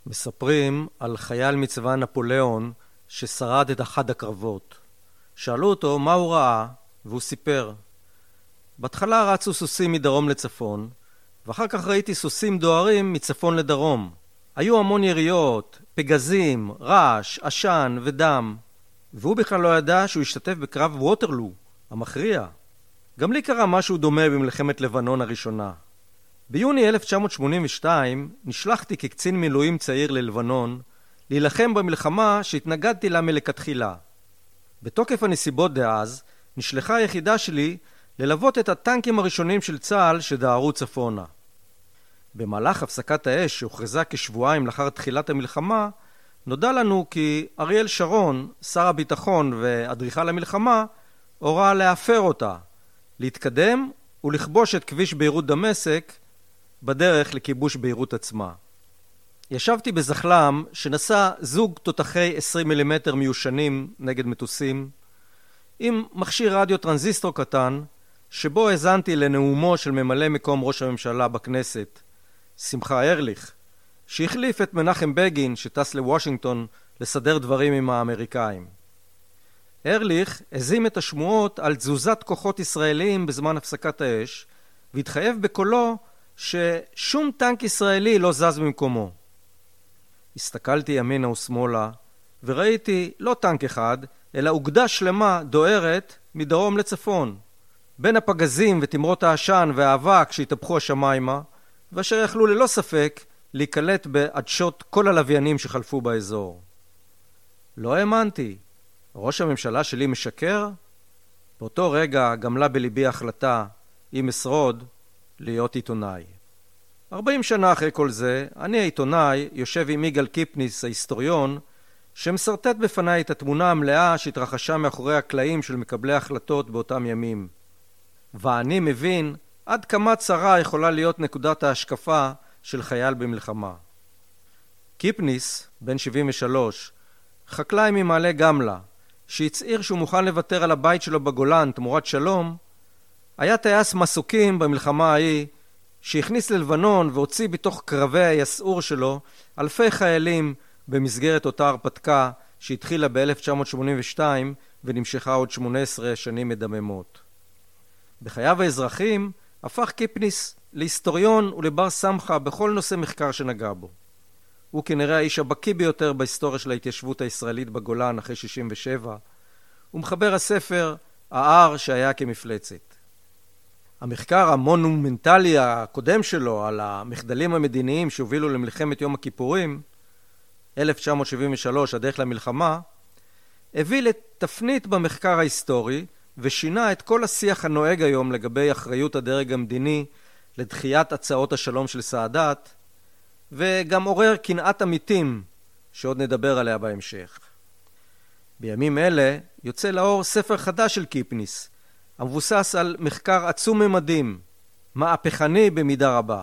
מספרים על חייל מצבא נפוליאון ששרד את אחד הקרבות. שאלו אותו מה הוא ראה, והוא סיפר. בהתחלה רצו סוסים מדרום לצפון, ואחר כך ראיתי סוסים דוהרים מצפון לדרום. היו המון יריות, פגזים, רעש, עשן ודם, והוא בכלל לא ידע שהוא השתתף בקרב ווטרלו, המכריע. גם לי קרה משהו דומה במלחמת לבנון הראשונה. ביוני 1982 נשלחתי כקצין מילואים צעיר ללבנון להילחם במלחמה שהתנגדתי לה מלכתחילה. בתוקף הנסיבות דאז נשלחה היחידה שלי ללוות את הטנקים הראשונים של צה"ל שדהרו צפונה. במהלך הפסקת האש שהוכרזה כשבועיים לאחר תחילת המלחמה, נודע לנו כי אריאל שרון, שר הביטחון ואדריכל המלחמה, הורה להפר אותה, להתקדם ולכבוש את כביש ביירות דמשק בדרך לכיבוש ביירות עצמה. ישבתי בזחלם שנשא זוג תותחי 20 מילימטר מיושנים נגד מטוסים, עם מכשיר רדיו טרנזיסטור קטן, שבו האזנתי לנאומו של ממלא מקום ראש הממשלה בכנסת, שמחה ארליך, שהחליף את מנחם בגין שטס לוושינגטון לסדר דברים עם האמריקאים. ארליך הזים את השמועות על תזוזת כוחות ישראלים בזמן הפסקת האש, והתחייב בקולו ששום טנק ישראלי לא זז במקומו. הסתכלתי ימינה ושמאלה, וראיתי לא טנק אחד, אלא אוגדה שלמה דוהרת מדרום לצפון, בין הפגזים ותמרות העשן והאבק שהתהפכו השמיימה, ואשר יכלו ללא ספק להיקלט בעדשות כל הלוויינים שחלפו באזור. לא האמנתי. ראש הממשלה שלי משקר? באותו רגע גמלה בליבי החלטה, אם אשרוד, להיות עיתונאי. 40 שנה אחרי כל זה, אני העיתונאי יושב עם יגאל קיפניס, ההיסטוריון, שמסרטט בפניי את התמונה המלאה שהתרחשה מאחורי הקלעים של מקבלי ההחלטות באותם ימים. ואני מבין עד כמה צרה יכולה להיות נקודת ההשקפה של חייל במלחמה. קיפניס, בן 73, חקלאי ממעלה גמלה, שהצעיר שהוא מוכן לוותר על הבית שלו בגולן תמורת שלום, היה טייס מסוקים במלחמה ההיא, שהכניס ללבנון והוציא בתוך קרבי היסעור שלו אלפי חיילים במסגרת אותה הרפתקה שהתחילה ב-1982 ונמשכה עוד 18 שנים מדממות. בחייו האזרחיים הפך קיפניס להיסטוריון ולבר סמכה בכל נושא מחקר שנגע בו. הוא כנראה האיש הבקיא ביותר בהיסטוריה של ההתיישבות הישראלית בגולן אחרי 67, ומחבר הספר ההר שהיה כמפלצת. המחקר המונומנטלי הקודם שלו על המחדלים המדיניים שהובילו למלחמת יום הכיפורים, 1973 הדרך למלחמה, הביא לתפנית במחקר ההיסטורי ושינה את כל השיח הנוהג היום לגבי אחריות הדרג המדיני לדחיית הצעות השלום של סאדאת, וגם עורר קנאת עמיתים שעוד נדבר עליה בהמשך. בימים אלה יוצא לאור ספר חדש של קיפניס, המבוסס על מחקר עצום ממדים, מהפכני במידה רבה.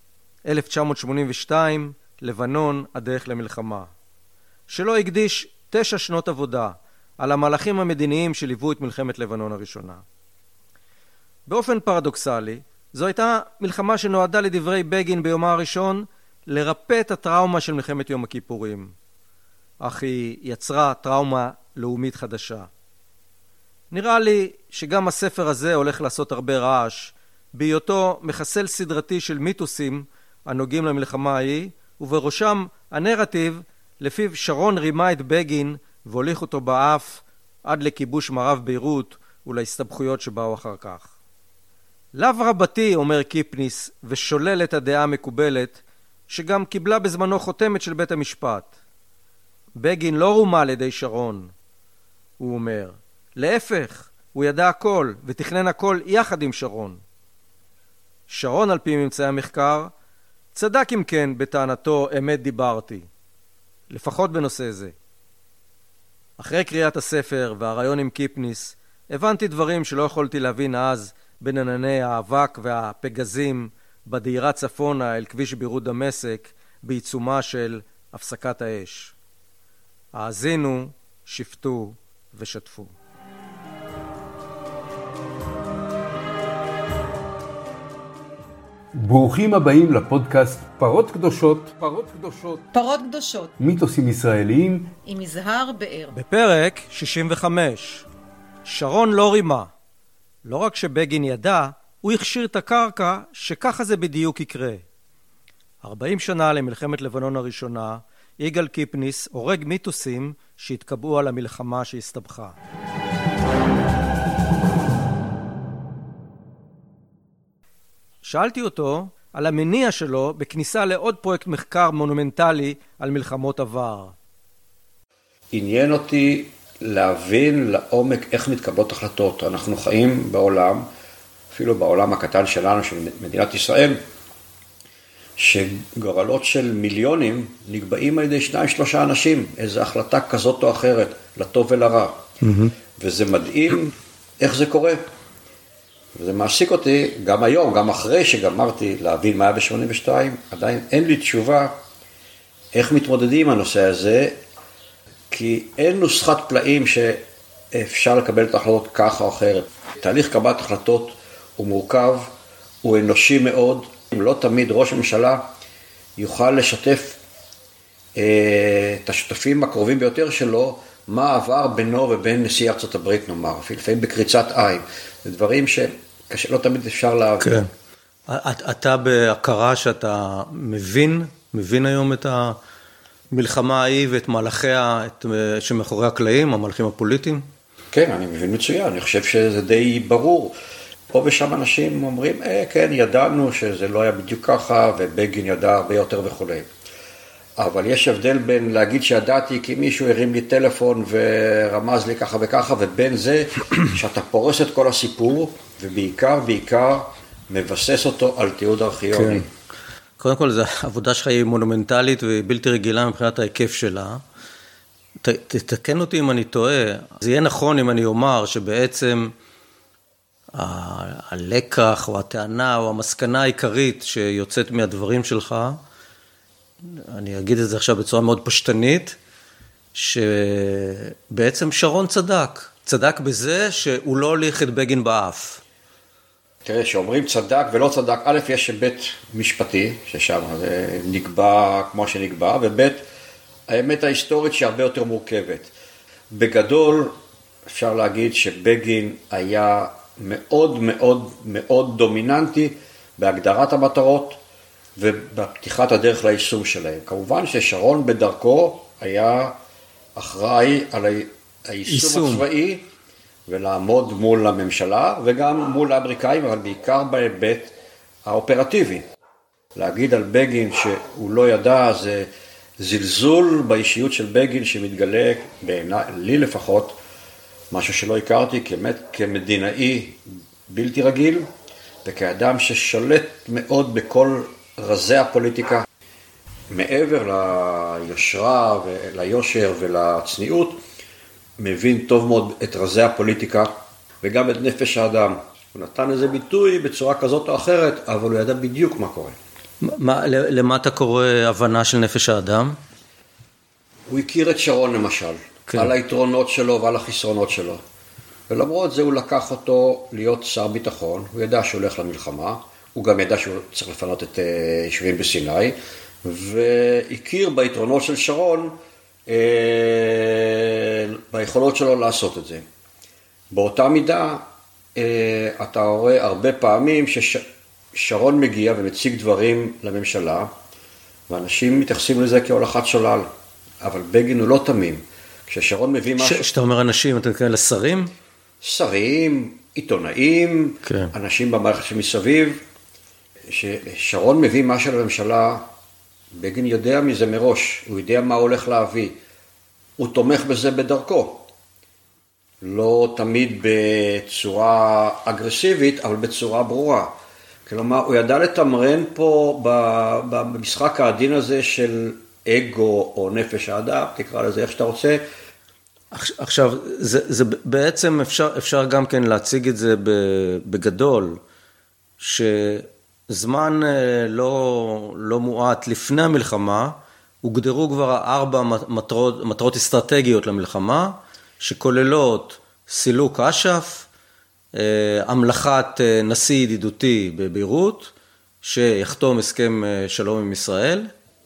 1982, לבנון, הדרך למלחמה. שלא הקדיש 9 שנות עבודה על המהלכים המדיניים שליוו את מלחמת לבנון הראשונה. באופן פרדוקסלי, זו הייתה מלחמה שנועדה לדברי בגין ביומה הראשון לרפא את הטראומה של מלחמת יום הכיפורים. אך היא יצרה טראומה לאומית חדשה. נראה לי שגם הספר הזה הולך לעשות הרבה רעש, בהיותו מחסל סדרתי של מיתוסים הנוגעים למלחמה ההיא, ובראשם הנרטיב לפיו שרון רימה את בגין והוליך אותו באף עד לכיבוש מערב ביירות ולהסתבכויות שבאו אחר כך. לאו רבתי, אומר קיפניס, ושולל את הדעה המקובלת, שגם קיבלה בזמנו חותמת של בית המשפט. בגין לא רומה על ידי שרון, הוא אומר. להפך, הוא ידע הכל ותכנן הכל יחד עם שרון. שרון, על פי ממצאי המחקר, צדק אם כן בטענתו אמת דיברתי, לפחות בנושא זה. אחרי קריאת הספר והרעיון עם קיפניס, הבנתי דברים שלא יכולתי להבין אז בין ענני האבק והפגזים בדהירה צפונה אל כביש ביירות דמשק בעיצומה של הפסקת האש. האזינו, שפטו ושתפו. ברוכים הבאים לפודקאסט פרות קדושות, פרות קדושות, מיתוסים ישראליים עם יזהר באר. בפרק 65, שרון לא רימה. לא רק שבגין ידע, הוא הכשיר את הקרקע שככה זה בדיוק יקרה. 40 שנה למלחמת לבנון הראשונה, יגאל קיפניס הורג מיתוסים שהתקבעו על המלחמה שהסתבכה. שאלתי אותו על המניע שלו בכניסה לעוד פרויקט מחקר מונומנטלי על מלחמות עבר. עניין אותי להבין לעומק איך מתקבלות החלטות. אנחנו חיים בעולם, אפילו בעולם הקטן שלנו, של מדינת ישראל, שגורלות של מיליונים נקבעים על ידי 2-3 אנשים, איזו החלטה כזאת או אחרת, לטוב ולרע. וזה מדהים איך זה קורה. וזה מעסיק אותי גם היום, גם אחרי שגמרתי להבין מה היה ב-82, עדיין אין לי תשובה איך מתמודדים עם הנושא הזה, כי אין נוסחת פלאים שאפשר לקבל את ההחלטות ככה או אחרת. תהליך קבלת החלטות הוא מורכב, הוא אנושי מאוד, לא תמיד ראש הממשלה יוכל לשתף את השותפים הקרובים ביותר שלו, מה עבר בינו ובין נשיא ארצות הברית נאמר, לפעמים בקריצת עין, זה דברים שקשה, לא תמיד אפשר להבין. כן. אתה בהכרה שאתה מבין היום את המלחמה ההיא ואת מהלכיה שמאחורי הקלעים, המהלכים הפוליטיים? כן, אני מבין מצוין, אני חושב שזה די ברור. פה ושם אנשים אומרים, כן, ידענו שזה לא היה בדיוק ככה, ובגין ידע הרבה יותר וכו'. אבל יש הבדל בין להגיד שידעתי כי מישהו הרים לי טלפון ורמז לי ככה וככה, ובין זה שאתה פורס את כל הסיפור, ובעיקר מבסס אותו על תיעוד ארכיוני. כן. קודם כל, העבודה שלך היא מונומנטלית ובלתי רגילה מבחינת ההיקף שלה. תתקן אותי אם אני טועה. זה יהיה נכון אם אני אומר שבעצם הלקח או הטענה או המסקנה העיקרית שיוצאת מהדברים שלך, אני אגיד את זה עכשיו בצורה מאוד פשטנית, שבעצם שרון צדק בזה שהוא לא הוליך את בגין באף. תראה, שאומרים צדק ולא צדק, א', יש בית משפטי, ששם זה נקבע כמו שנקבע, וב', האמת ההיסטורית שהרבה יותר מורכבת. בגדול, אפשר להגיד שבגין היה מאוד מאוד מאוד דומיננטי בהגדרת המטרות, ובפתיחת הדרך ליישום שלהם. כמובן ששרון בדרכו היה אחראי על היישום הצבאי, ולעמוד מול הממשלה, וגם מול האמריקאים, אבל בעיקר בהיבט האופרטיבי. להגיד על בגין שהוא לא ידע, זה זלזול באישיות של בגין, שמתגלה בעיניי, לי לפחות, משהו שלא הכרתי, כמדינאי בלתי רגיל, וכאדם ששולט מאוד בכל רזי הפוליטיקה, מעבר ליושרה וליושר ולצניעות, מבין טוב מאוד את רזי הפוליטיקה וגם את נפש האדם. הוא נתן לזה ביטוי בצורה כזאת או אחרת, אבל הוא ידע בדיוק מה קורה. למה אתה קורא הבנה של נפש האדם? הוא הכיר את שרון למשל, כן. על היתרונות שלו ועל החסרונות שלו. ולמרות זה הוא לקח אותו להיות שר ביטחון, הוא ידע שהוא הולך למלחמה, הוא גם ידע שהוא צריך לפנות את יישובים בסיני, והכיר ביתרונות של שרון, ביכולות שלו לעשות את זה. באותה מידה, אתה רואה הרבה פעמים ששרון מגיע ומציג דברים לממשלה, ואנשים מתייחסים לזה כהולכת שולל, אבל בגין הוא לא תמים. כששרון מביא משהו... כשאתה אומר אנשים, אתה מתכוון לשרים? שרים, עיתונאים, כן. אנשים במערכת שמסביב, ששרון מביא משהו לממשלה, בגין יודע מזה מראש, הוא יודע מה הוא הולך להביא, הוא תומך בזה בדרכו, לא תמיד בצורה אגרסיבית, אבל בצורה ברורה. כלומר, הוא ידע לתמרן פה במשחק העדין הזה של אגו או נפש האדם, תקרא לזה איך שאתה רוצה. עכשיו, זה בעצם אפשר גם כן להציג את זה בגדול, שזמן לא מועט לפני המלחמה, הוגדרו כבר 4 מטרות אסטרטגיות למלחמה, שכוללות סילוק אש"ף, המלכת נשיא ידידותי בביירות, שיחתום הסכם שלום עם ישראל,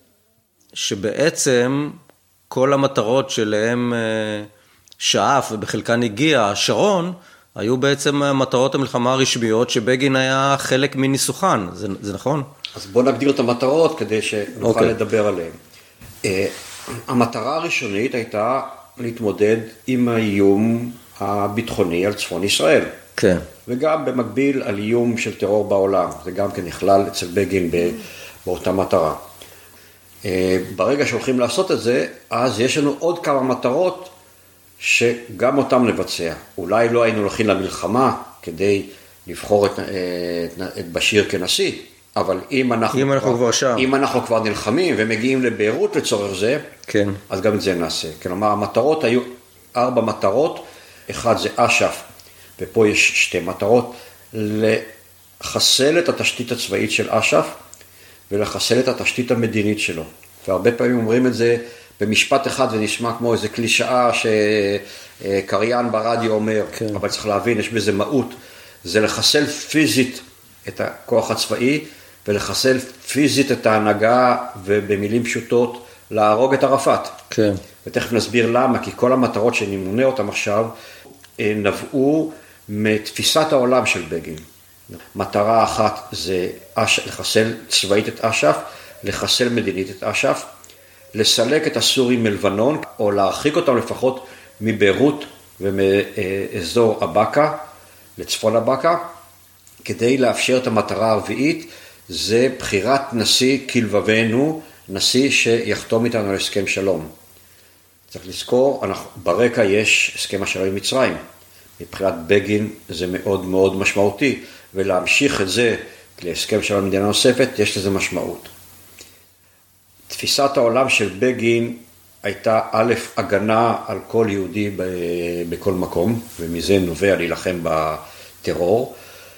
שבעצם כל המטרות שלהם שאף ובחלקן הגיע שרון, היו בעצם מטרות המלחמה הרשמיות שבגין היה חלק מניסוחן, זה נכון? אז בוא נגדיר את המטרות כדי שנוכל לדבר עליהן. המטרה הראשונית הייתה להתמודד עם האיום הביטחוני על צפון ישראל. כן. וגם במקביל על איום של טרור בעולם, זה גם כן נכלל אצל בגין באותה מטרה. ברגע שהולכים לעשות את זה, אז יש לנו עוד כמה מטרות שגם אותם נבצע. אולי לא היינו הולכים למלחמה כדי לבחור את בשיר כנשיא, אבל אם אנחנו כבר נלחמים ומגיעים לביירות לצורך זה, כן. אז גם את זה נעשה. כלומר, המטרות היו 4 מטרות, אחד זה אש"ף, ופה יש 2 מטרות, לחסל את התשתית הצבאית של אש"ף, ולחסל את התשתית המדינית שלו. והרבה פעמים אומרים את זה במשפט אחד, ונשמע כמו איזה קלישאה שקריין ברדיו אומר, כן. אבל צריך להבין, יש בזה מהות, זה לחסל פיזית את הכוח הצבאי, ולחסל פיזית את ההנהגה, ובמילים פשוטות, להרוג את ערפאת. כן. ותכף נסביר למה, כי כל המטרות שנמונה אותם עכשיו, נבעו מתפיסת העולם של בגין. מטרה אחת זה לחסל צבאית את אש"ף, לחסל מדינית את אש"ף, לסלק את הסורים מלבנון, או להרחיק אותם לפחות מביירות ומאזור הבקה, לצפון הבקה, כדי לאפשר את המטרה הרביעית, זה בחירת נשיא כלבבנו, נשיא שיחתום איתנו על הסכם שלום. צריך לזכור, ברקע יש הסכם השלום עם מצרים. מבחינת בגין זה מאוד מאוד משמעותי, ולהמשיך את זה להסכם שלום עם מדינה נוספת, יש לזה משמעות. תפיסת העולם של בגין הייתה א', הגנה על כל יהודי בכל מקום, ומזה נובע להילחם בטרור.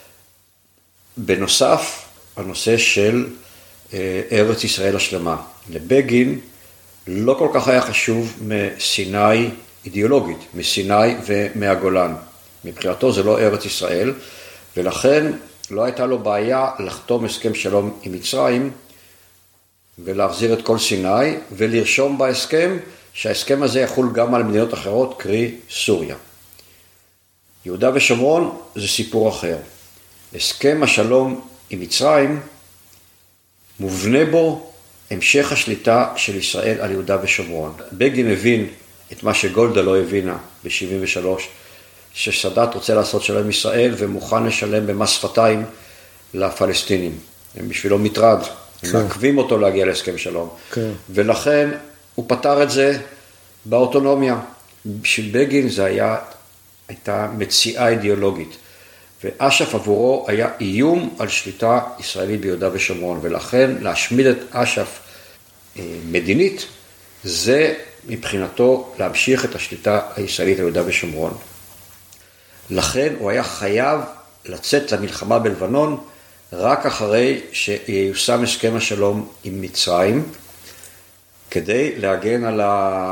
בנוסף, הנושא של ארץ ישראל השלמה. לבגין לא כל כך היה חשוב מסיני אידיאולוגית, מסיני ומהגולן. מבחינתו זה לא ארץ ישראל, ולכן לא הייתה לו בעיה לחתום הסכם שלום עם מצרים, ולהחזיר את כל סיני, ולרשום בהסכם שההסכם הזה יחול גם על מדינות אחרות, קרי סוריה. יהודה ושומרון זה סיפור אחר. הסכם השלום עם מצרים מובנה בו המשך השליטה של ישראל על יהודה ושומרון. בגין הבין את מה שגולדה לא הבינה ב-73, שסאדאת רוצה לעשות שלום עם ישראל ומוכן לשלם במס שפתיים לפלסטינים. הם בשבילו מטרד, הם מעכבים אותו להגיע להסכם שלום. ולכן הוא פתר את זה באוטונומיה. בשביל בגין זה הייתה מציאה אידיאולוגית. ואש"ף עבורו היה איום על שליטה ישראלית ביהודה ושומרון, ולכן להשמיד את אש"ף מדינית, זה מבחינתו להמשיך את השליטה הישראלית על יהודה ושומרון. לכן הוא היה חייב לצאת למלחמה בלבנון, רק אחרי שיושם הסכם השלום עם מצרים, כדי להגן על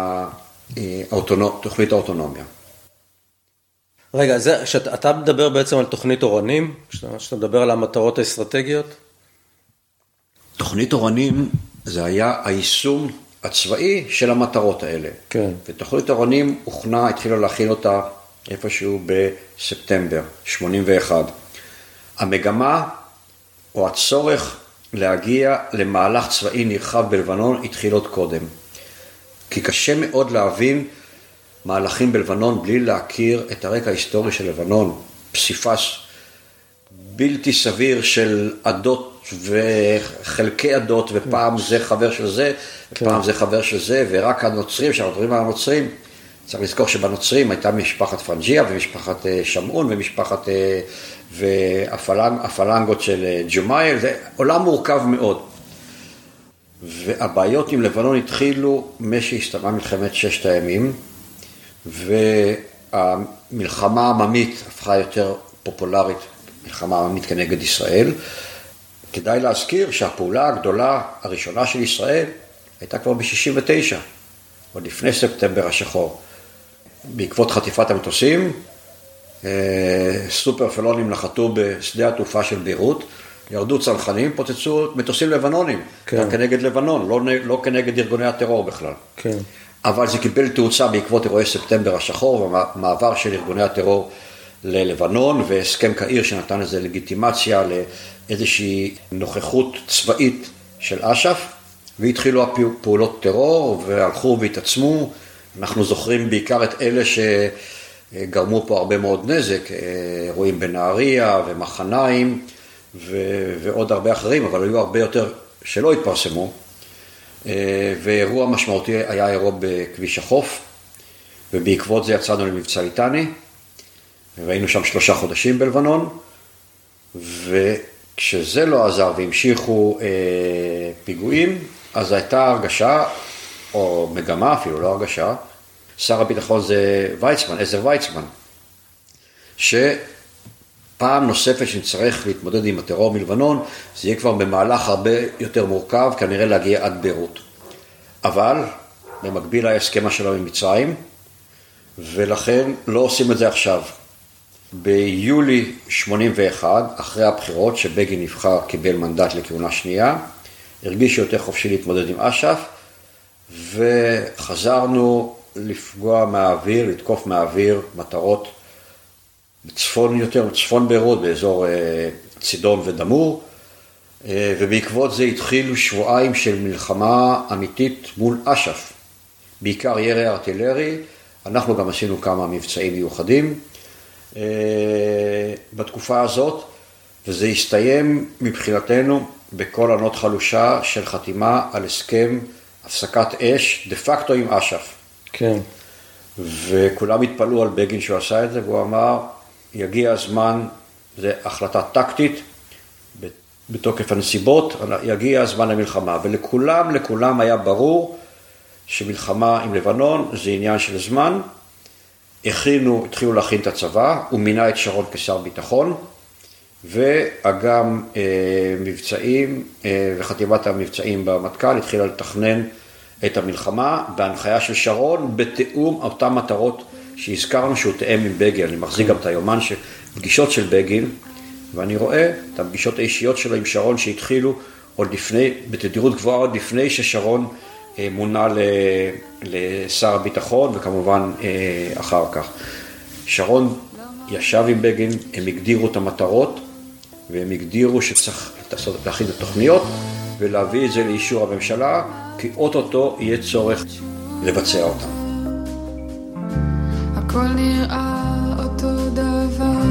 תוכנית האוטונומיה. רגע, אתה מדבר בעצם על תוכנית אורנים, שאתה מדבר על המטרות האסטרטגיות? תוכנית אורנים זה היה היישום הצבאי של המטרות האלה. כן. ותוכנית אורנים הוכנה, התחילה להכין אותה איפשהו בספטמבר 81. המגמה או הצורך להגיע למהלך צבאי נרחב בלבנון התחיל עוד קודם. כי קשה מאוד להבין מהלכים בלבנון בלי להכיר את הרקע ההיסטורי של לבנון, פסיפס בלתי סביר של עדות וחלקי עדות, ופעם זה חבר של זה, ופעם זה חבר של זה, ורק הנוצרים, שאנחנו מדברים על הנוצרים, צריך לזכור שבנוצרים הייתה משפחת פרנג'יה, ומשפחת שמעון, ומשפחת והפלנגות של ג'ומייל, זה עולם מורכב מאוד. והבעיות עם לבנון התחילו משהסתיימה מלחמת ששת הימים, והמלחמה העממית הפכה יותר פופולרית, מלחמה עממית כנגד ישראל. כדאי להזכיר שהפעולה הגדולה הראשונה של ישראל הייתה כבר ב-69, עוד לפני ספטמבר השחור. בעקבות חטיפת המטוסים, סופרפלונים נחתו בשדה התעופה של ביירות, ירדו צנחנים, פוצצו מטוסים לבנונים, כן. כנגד לבנון, לא כנגד ארגוני הטרור בכלל. כן. אבל זה קיבל תאוצה בעקבות אירועי ספטמבר השחור, והמעבר של ארגוני הטרור ללבנון, והסכם קהיר שנתן לזה לגיטימציה לאיזושהי נוכחות צבאית של אש"ף, והתחילו הפעולות טרור, והלכו והתעצמו. אנחנו זוכרים בעיקר את אלה שגרמו פה הרבה מאוד נזק, אירועים בנהריה ומחניים, ועוד הרבה אחרים, אבל היו הרבה יותר שלא התפרסמו. ואירוע משמעותי היה אירוע בכביש החוף, ובעקבות זה יצאנו למבצע ליטני, והיינו שם 3 חודשים בלבנון, וכשזה לא עזר והמשיכו פיגועים, אז הייתה הרגשה, או מגמה אפילו, לא הרגשה, שר הביטחון זה ויצמן, עזר ויצמן, שפעם נוספת שנצטרך להתמודד עם הטרור מלבנון, זה יהיה כבר במהלך הרבה יותר מורכב, כנראה להגיע עד ביירות. אבל במקביל היה הסכם השלום עם מצרים, ולכן לא עושים את זה עכשיו. ביולי 81, אחרי הבחירות, שבגין נבחר קיבל מנדט לכהונה שנייה, הרגיש יותר חופשי להתמודד עם אש"ף, וחזרנו לפגוע מהאוויר, לתקוף מהאוויר מטרות בצפון יותר, בצפון ביירות, באזור צידון ודמור, ובעקבות זה התחילו שבועיים של מלחמה אמיתית מול אש"ף, בעיקר ירי ארטילרי. אנחנו גם עשינו כמה מבצעים מיוחדים בתקופה הזאת, וזה הסתיים מבחינתנו בכל ענות חלושה של חתימה על הסכם הפסקת אש דה פקטו עם אש"ף. כן. וכולם התפלאו על בגין שהוא עשה את זה, והוא אמר, יגיע הזמן, זו החלטה טקטית, בתוקף הנסיבות, יגיע הזמן למלחמה. ולכולם היה ברור שמלחמה עם לבנון זה עניין של זמן. התחילו להכין את הצבא, הוא מינה את שרון כשר ביטחון, ואגם מבצעים וחטיבת המבצעים במטכ"ל התחילה לתכנן את המלחמה בהנחיה של שרון, בתיאום אותן מטרות שהזכרנו שהוא תאם עם בגין. אני מחזיק גם את היומן של פגישות של בגין, ואני רואה את הפגישות האישיות שלו עם שרון שהתחילו עוד לפני, בתדירות גבוהה עוד לפני ששרון מונה לשר הביטחון, וכמובן אחר כך. שרון ישב עם בגין, הם הגדירו את המטרות, והם הגדירו שצריך להכין את התוכניות, ולהביא את זה לאישור הממשלה, כי אוטוטו יהיה צורך לבצע אותם. הכל נראה אותו דבר,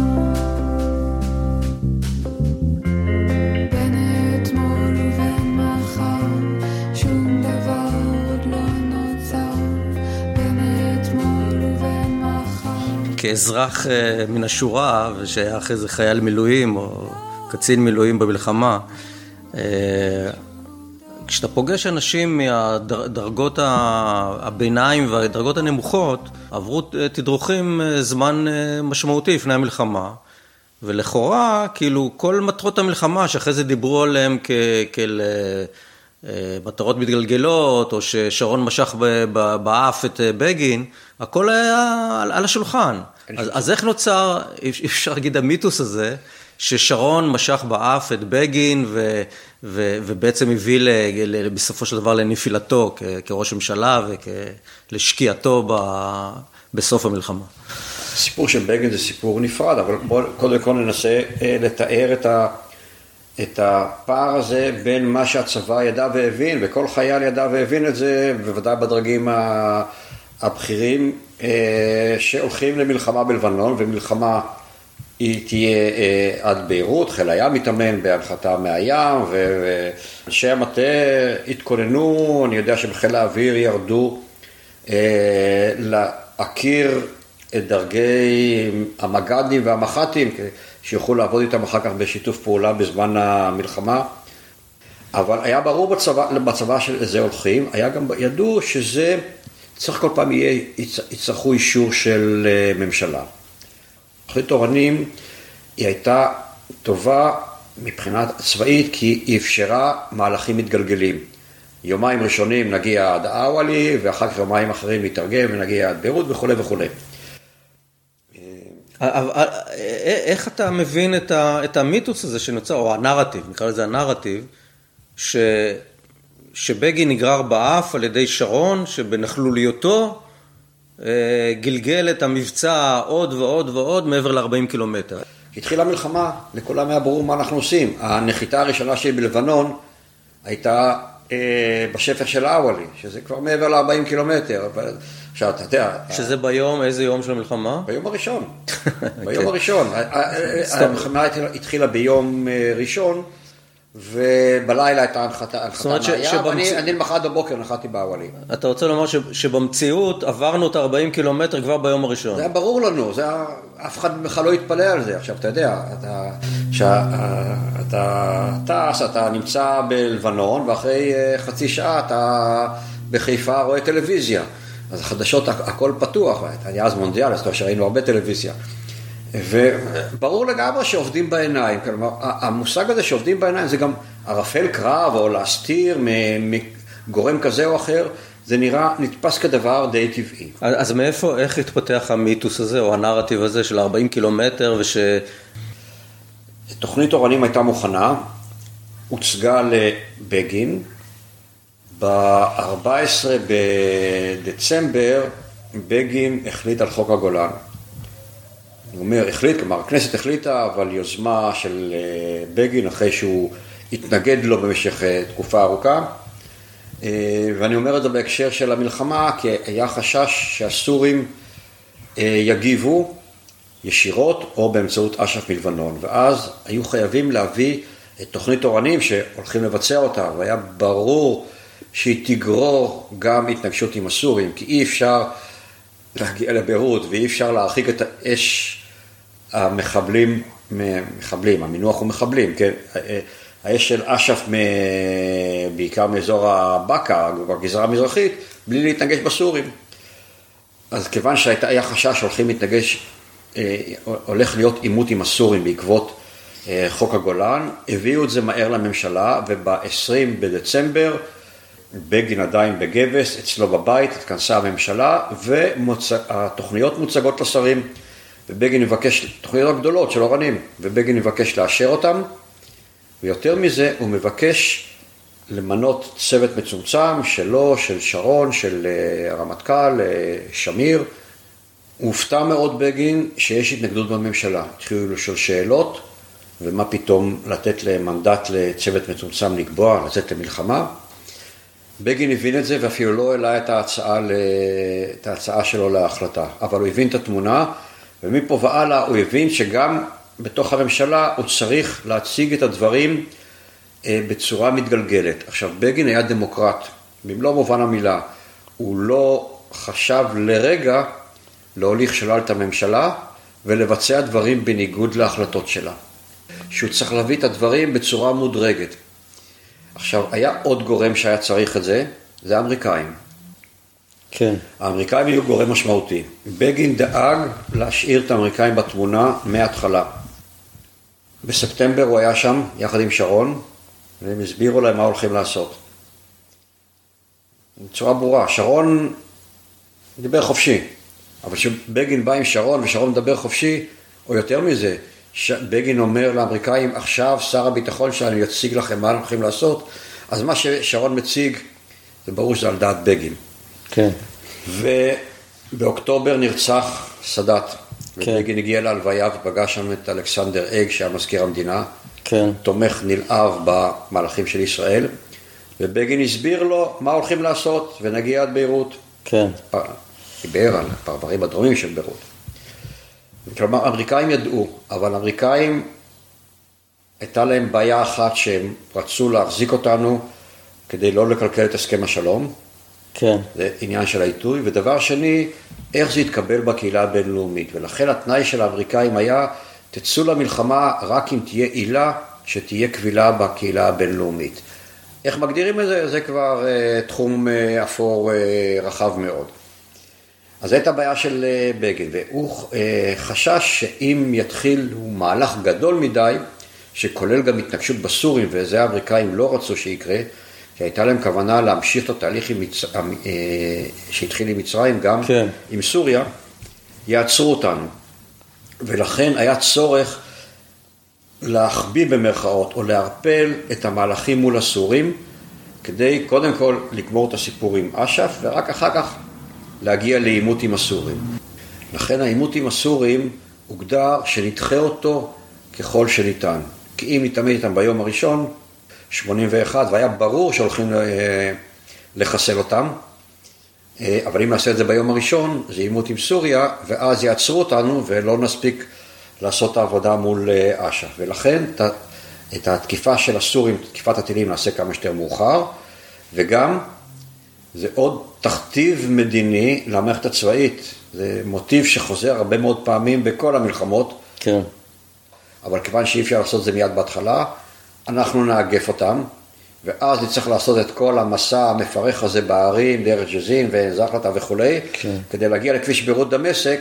בין אתמול ובין מחר, שום דבר עוד לא נוצר, בין אתמול ובין מחר. כאזרח מן השורה, ושייך איזה חייל מילואים או קצין מילואים במלחמה, כשאתה פוגש אנשים מהדרגות הביניים והדרגות הנמוכות, עברו תדרוכים זמן משמעותי לפני המלחמה, ולכאורה, כאילו, כל מטרות המלחמה שאחרי זה דיברו עליהם כאל מטרות מתגלגלות, או ששרון משך באף את בגין, הכל היה על השולחן. אז איך נוצר, אפשר להגיד, המיתוס הזה, ששרון משך באף את בגין ובעצם הביא בסופו של דבר לנפילתו כראש ממשלה ולשקיעתו בסוף המלחמה. הסיפור של בגין זה סיפור נפרד, אבל קודם כל ננסה לתאר את הפער הזה בין מה שהצבא ידע והבין, וכל חייל ידע והבין את זה, בוודאי בדרגים הבכירים, שהולכים למלחמה בלבנון, ומלחמה היא תהיה עד ביירות. חיל הים מתאמן בהנחתה מהים, ואנשי המטה התכוננו. אני יודע שבחיל האוויר ירדו להכיר את דרגי המג"דים והמח"טים, שיוכלו לעבוד איתם אחר כך בשיתוף פעולה בזמן המלחמה. אבל היה ברור בצבא של זה הולכים, היה גם ידעו שזה צריך כל פעם יצטרכו אישור של ממשלה. תוכנית תורנים היא הייתה טובה מבחינת צבאית, כי היא אפשרה מהלכים מתגלגלים. יומיים ראשונים נגיע עד אוואלי, ואחר כך יומיים אחרים נתרגם ונגיע עד ביירות וכו' וכו'. איך אתה מבין את המיתוס הזה שנוצר, או הנרטיב, נקרא לזה הנרטיב, שבגין נגרר באף על ידי שרון, שבנכלוליותו גלגל את המבצע עוד ועוד ועוד מעבר ל-40 קילומטר. התחילה מלחמה, לכולם היה ברור מה אנחנו עושים. הנחיתה הראשונה שלי בלבנון הייתה בשפך של האוולי, שזה כבר מעבר ל-40 קילומטר. עכשיו, אתה יודע... שזה ביום, איזה יום של המלחמה? ביום הראשון. ביום הראשון. המלחמה התחילה ביום ראשון, ובלילה הייתה הנחתה מהים, אני למחרת בבוקר נחתי באוולי. אתה רוצה לומר שבמציאות עברנו את 40 קילומטר כבר ביום הראשון. זה היה ברור לנו, אף אחד בכלל לא התפלא על זה. עכשיו, אתה יודע, אתה טס, אתה נמצא בלבנון, ואחרי חצי שעה אתה בחיפה רואה טלוויזיה. אז החדשות, הכל פתוח, היה אז מונדיאל, אז שראינו הרבה טלוויזיה. וברור לגמרי שעובדים בעיניים, כלומר, המושג הזה שעובדים בעיניים זה גם ערפל קרב או להסתיר מגורם כזה או אחר, זה נתפס כדבר די טבעי. אז מאיפה, איך התפתח המיתוס הזה או הנרטיב הזה של 40 קילומטר תוכנית אורנים הייתה מוכנה, הוצגה לבגין, ב-14 בדצמבר בגין החליט על חוק הגולן. אני אומר, החליט, כלומר, הכנסת החליטה, אבל יוזמה של בגין, אחרי שהוא התנגד לו במשך תקופה ארוכה, ואני אומר את זה בהקשר של המלחמה, כי היה חשש שהסורים יגיבו ישירות או באמצעות אש"ף מלבנון, ואז היו חייבים להביא את תוכנית אורנים שהולכים לבצע אותה, והיה ברור שהיא תגרור גם התנגשות עם הסורים, כי אי אפשר להגיע לביירות, ואי אפשר להרחיק את האש המחבלים, המינוח הוא מחבלים, כן? האש של אש"ף בעיקר מאזור הבקה, בגזרה המזרחית, בלי להתנגש בסורים. אז כיוון שהיה חשש שהולכים להתנגש, הולך להיות עימות עם הסורים בעקבות חוק הגולן, הביאו את זה מהר לממשלה, וב-20 בדצמבר, בגין עדיין בגבס, אצלו בבית, התכנסה הממשלה, והתוכניות מוצגות לשרים, ובגין יבקש, תוכניות הגדולות של אורנים, ובגין יבקש לאשר אותם, ויותר מזה הוא מבקש למנות צוות מצומצם שלו, של שרון, של הרמטכ"ל, שמיר. הוא הופתע מאוד בגין שיש התנגדות בממשלה. התחילו לשאול שאלות, ומה פתאום לתת למנדט לצוות מצומצם לקבוע, לצאת למלחמה. בגין הבין את זה ואפילו לא העלה את ההצעה שלו להחלטה, אבל הוא הבין את התמונה, ומפה והלאה הוא הבין שגם בתוך הממשלה הוא צריך להציג את הדברים בצורה מתגלגלת. עכשיו, בגין היה דמוקרט, במלוא מובן המילה, הוא לא חשב לרגע להוליך שולל את הממשלה ולבצע דברים בניגוד להחלטות שלה. שהוא צריך להביא את הדברים בצורה מודרגת. עכשיו, היה עוד גורם שהיה צריך את זה, זה האמריקאים. כן. האמריקאים היו גורם משמעותי. בגין דאג להשאיר את האמריקאים בתמונה מההתחלה. בספטמבר הוא היה שם, יחד עם שרון, והם הסבירו להם מה הולכים לעשות. בצורה ברורה, שרון דיבר חופשי, אבל כשבגין בא עם שרון ושרון מדבר חופשי, או יותר מזה, בגין אומר לאמריקאים, עכשיו שר הביטחון שלנו יציג לכם מה אנחנו הולכים לעשות, אז מה ששרון מציג, זה ברור שזה על דעת בגין. כן. ובאוקטובר נרצח סאדאת, כן. ובגין הגיע להלוויה ופגש שם את אלכסנדר אג, שהיה מזכיר המדינה, כן. תומך נלהב במהלכים של ישראל, ובגין הסביר לו מה הולכים לעשות, ונגיע עד ביירות. כן. דיבר על הפרברים הדרומים של ביירות. כלומר, אמריקאים ידעו, אבל אמריקאים הייתה להם בעיה אחת שהם רצו להחזיק אותנו כדי לא לקלקל את הסכם השלום. כן. זה עניין של העיתוי. ודבר שני, איך זה יתקבל בקהילה הבינלאומית. ולכן התנאי של האמריקאים היה, תצאו למלחמה רק אם תהיה עילה שתהיה קבילה בקהילה הבינלאומית. איך מגדירים את זה? זה כבר תחום אפור רחב מאוד. אז זו הייתה הבעיה של בגין, והוא חשש שאם יתחיל הוא מהלך גדול מדי, שכולל גם התנגשות בסורים, וזה האמריקאים לא רצו שיקרה, כי הייתה להם כוונה להמשיך את התהליך שהתחיל עם מצרים, גם כן. עם סוריה, יעצרו אותנו. ולכן היה צורך להחביא במרכאות או להרפל את המהלכים מול הסורים, כדי קודם כל לגמור את הסיפור עם אש"ף, ורק אחר כך להגיע לעימות עם הסורים. לכן העימות עם הסורים הוגדר שנדחה אותו ככל שניתן. כי אם נתעמת איתם ביום הראשון, 81, והיה ברור שהולכים לחסל אותם, אבל אם נעשה את זה ביום הראשון, זה עימות עם סוריה, ואז יעצרו אותנו ולא נספיק לעשות את העבודה מול אש"ף. ולכן את התקיפה של הסורים, תקיפת הטילים, נעשה כמה שיותר מאוחר, וגם זה עוד תכתיב מדיני למערכת הצבאית. זה מוטיב שחוזר הרבה מאוד פעמים בכל המלחמות. כן. אבל כיוון שאי אפשר לעשות את זה מיד בהתחלה, אנחנו נאגף אותם, ואז נצטרך לעשות את כל המסע המפרך הזה בערים, דרך ג'זין וזחלתא וכו', כן. כדי להגיע לכביש ביירות דמשק,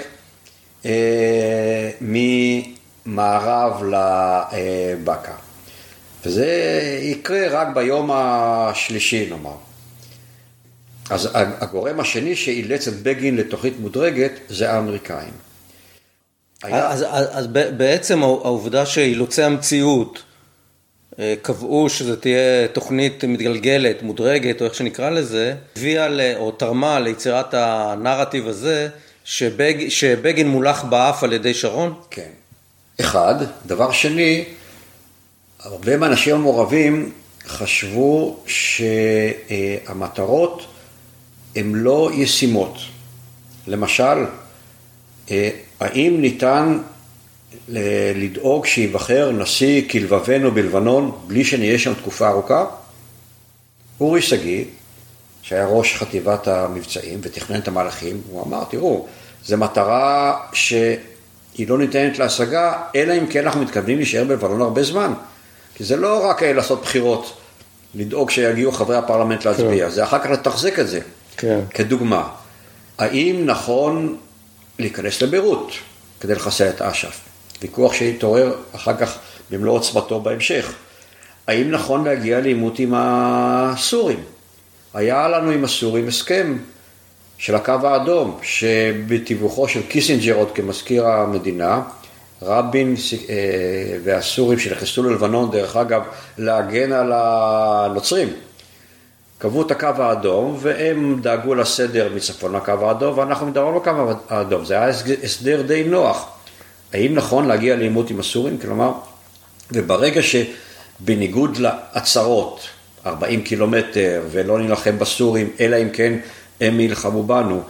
ממערב לבקה. וזה יקרה רק ביום השלישי, נאמר. אז הגורם השני שאילץ את בגין לתוכנית מודרגת, זה האמריקאים. אז בעצם העובדה שאילוצי המציאות קבעו שזה תהיה תוכנית מתגלגלת, מודרגת, או איך שנקרא לזה, הביאה או תרמה ליצירת הנרטיב הזה, שבגין מולך באף על ידי שרון? כן. אחד. דבר שני, הרבה מהאנשים המעורבים חשבו שהמטרות הן לא ישימות. למשל, האם ניתן לדאוג שיבחר נשיא כלבבנו בלבנון בלי שנהיה שם תקופה ארוכה? אורי שגיא, שהיה ראש חטיבת המבצעים ותכנן את המהלכים, הוא אמר, תראו, זו מטרה שהיא לא ניתנת להשגה, אלא אם כן אנחנו מתכוונים להישאר בלבנון הרבה זמן. כי זה לא רק לעשות בחירות, לדאוג שיגיעו חברי הפרלמנט להצביע, כן. זה אחר כך לתחזק את זה. כן. כדוגמה, האם נכון להיכנס לביירות כדי לחסל את אש"ף? ויכוח שהתעורר אחר כך במלוא עוצמתו בהמשך. האם נכון להגיע לעימות עם הסורים? היה לנו עם הסורים הסכם של הקו האדום, שבתיווכו של קיסינג'ר עוד כמזכיר המדינה, רבין והסורים שנכנסו ללבנון, דרך אגב, להגן על הנוצרים, קבעו את הקו האדום, והם דאגו לסדר מצפון לקו האדום, ואנחנו מדברים לקו האדום. זה היה הסדר די נוח. האם נכון להגיע לעימות עם הסורים? כלומר, וברגע שבניגוד להצהרות, 40 קילומטר, ולא נלחם בסורים, אלא אם כן הם ילחמו בנו,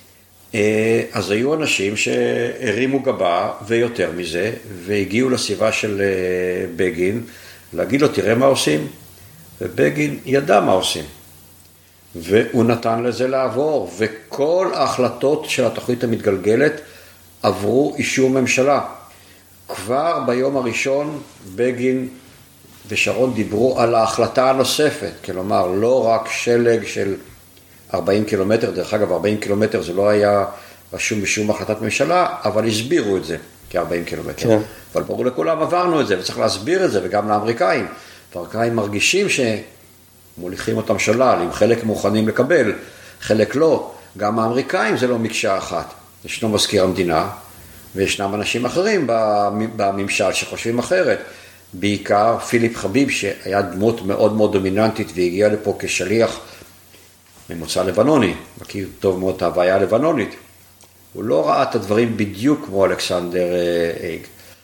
אז היו אנשים שהרימו גבה ויותר מזה, והגיעו לסביבה של בגין, להגיד לו, תראה מה עושים. ובגין ידע מה עושים. והוא נתן לזה לעבור, וכל ההחלטות של התוכנית המתגלגלת עברו אישור ממשלה. כבר ביום הראשון בגין ושרון דיברו על ההחלטה הנוספת, כלומר לא רק שלג של 40 קילומטר, דרך אגב 40 קילומטר זה לא היה רשום בשום החלטת ממשלה, אבל הסבירו את זה כ-40 קילומטר. כן. אבל ברור לכולם עברנו את זה, וצריך להסביר את זה, וגם לאמריקאים. האמריקאים מרגישים שמוליכים אותם שולל, אם חלק מוכנים לקבל, חלק לא. גם האמריקאים זה לא מקשה אחת. ישנו מזכיר המדינה, וישנם אנשים אחרים בממשל שחושבים אחרת. בעיקר פיליפ חביב, שהיה דמות מאוד מאוד דומיננטית, והגיע לפה כשליח ממוצא לבנוני, מכיר טוב מאוד את ההוויה הלבנונית. הוא לא ראה את הדברים בדיוק כמו אלכסנדר אייג.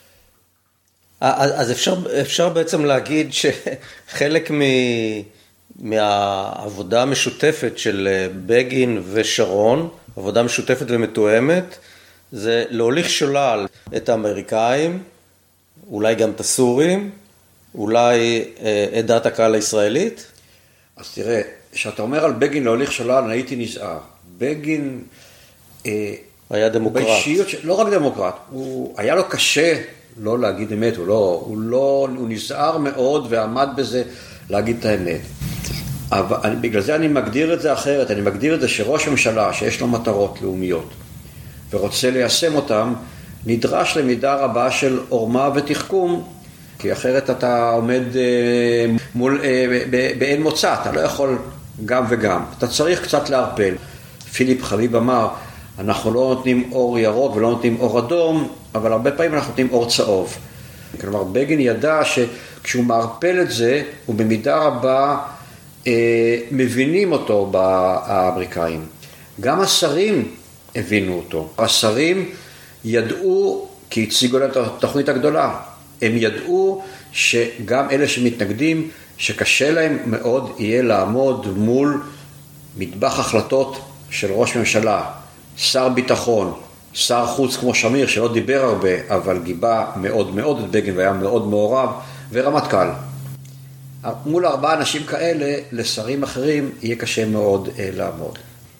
אז אפשר בעצם להגיד שחלק מהעבודה המשותפת של בגין ושרון, עבודה משותפת ומתואמת, זה להוליך שולל את האמריקאים, אולי גם את הסורים, אולי את דעת הקהל הישראלית? אז תראה, כשאתה אומר על בגין להוליך שולל, אני הייתי נזהר. בגין היה דמוקרט. לא רק דמוקרט, היה לו קשה לא להגיד אמת, הוא נזהר מאוד ועמד בזה להגיד את האמת. אבל בגלל זה אני מגדיר את זה אחרת, אני מגדיר את זה שראש הממשלה שיש לו מטרות לאומיות ורוצה ליישם אותם, נדרש למידה רבה של עורמה ותחכום, כי אחרת אתה עומד באין מוצא, אתה לא יכול גם וגם, אתה צריך קצת להרפל. פיליפ חביב אמר, אנחנו לא נותנים אור ירוק ולא נותנים אור אדום, אבל הרבה פעמים אנחנו נותנים אור צהוב. כלומר, בגין ידע שכשהוא מערפל את זה, הוא במידה רבה מבינים אותו באמריקאים. גם השרים הבינו אותו. השרים ידעו, כי הציגו להם את התוכנית הגדולה, הם ידעו שגם אלה שמתנגדים, שקשה להם מאוד יהיה לעמוד מול מטבח החלטות של ראש ממשלה, שר ביטחון, שר חוץ כמו שמיר, שלא דיבר הרבה, אבל גיבה מאוד מאוד את בגין והיה מאוד מעורב, ורמטכ"ל. מול 4 אנשים כאלה, לשרים אחרים יהיה קשה מאוד לעמוד.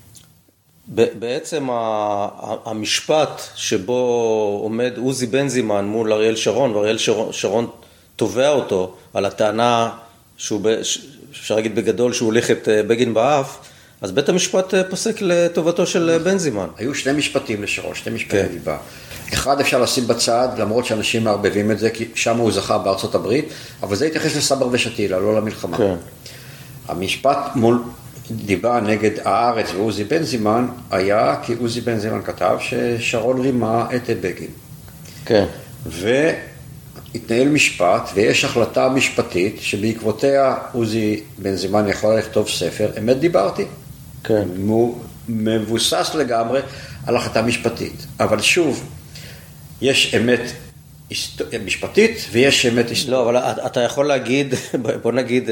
בעצם המשפט שבו עומד עוזי בנזימן מול אריאל שרון, ואריאל שרון תובע אותו על הטענה אפשר להגיד בגדול שהוא הוליך את בגין באף, אז בית המשפט פוסק לטובתו של בנזימן. היו 2 משפטים לשרון, 2 משפטי דיבה. אחד אפשר לשים בצד, למרות שאנשים מערבבים את זה, כי שם הוא זכה בארצות הברית, אבל זה התייחס לסבר ושתילה, לא למלחמה. כן. המשפט מול דיבה נגד הארץ ועוזי בנזימן היה כי עוזי בנזימן כתב ששרון רימה את בגין. כן. והתנהל משפט, ויש החלטה משפטית שבעקבותיה עוזי בנזימן יכול לכתוב ספר, אמת דיברתי. כן. הוא מבוסס לגמרי על החלטה משפטית. אבל שוב, יש אמת משפטית ויש אמת היסטורית. לא, אבל אתה יכול להגיד, בוא נגיד,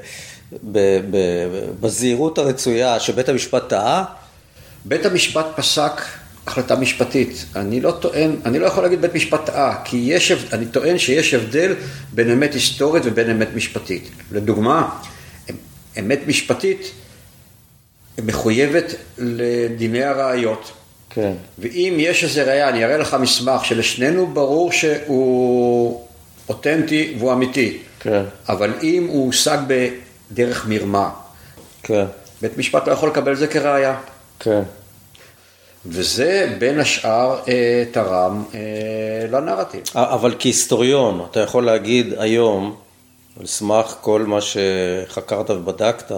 בזהירות הרצויה שבית המשפט טעה? בית המשפט פסק החלטה משפטית. אני לא יכול להגיד בית משפט טעה, כי אני טוען שיש הבדל בין אמת היסטורית ובין אמת משפטית. לדוגמה, אמת משפטית מחויבת לדיני הראיות. כן. ואם יש איזה ראיה, אני אראה לך מסמך שלשנינו ברור שהוא אותנטי והוא אמיתי. כן. אבל אם הוא הושג בדרך מרמה, כן. בית משפט לא יכול לקבל זה כראיה. כן. וזה בין השאר תרם לנרטיב. אבל כהיסטוריון, אתה יכול להגיד היום, על סמך כל מה שחקרת ובדקת,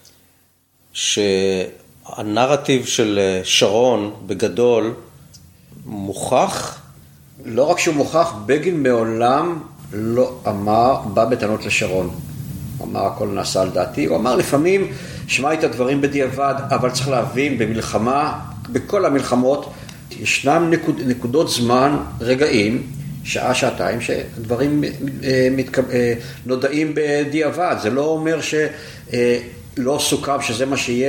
שהנרטיב של שרון בגדול מוכח? לא רק שהוא מוכח, בגין מעולם לא בא בטענות לשרון. הוא אמר הכל נעשה על דעתי, הוא אמר לפעמים שמע את הדברים בדיעבד, אבל צריך להבין במלחמה, בכל המלחמות, ישנם נקודות זמן, רגעים, שעה, שעתיים, שדברים נודעים בדיעבד. זה לא אומר שלא סוכם שזה מה שיהיה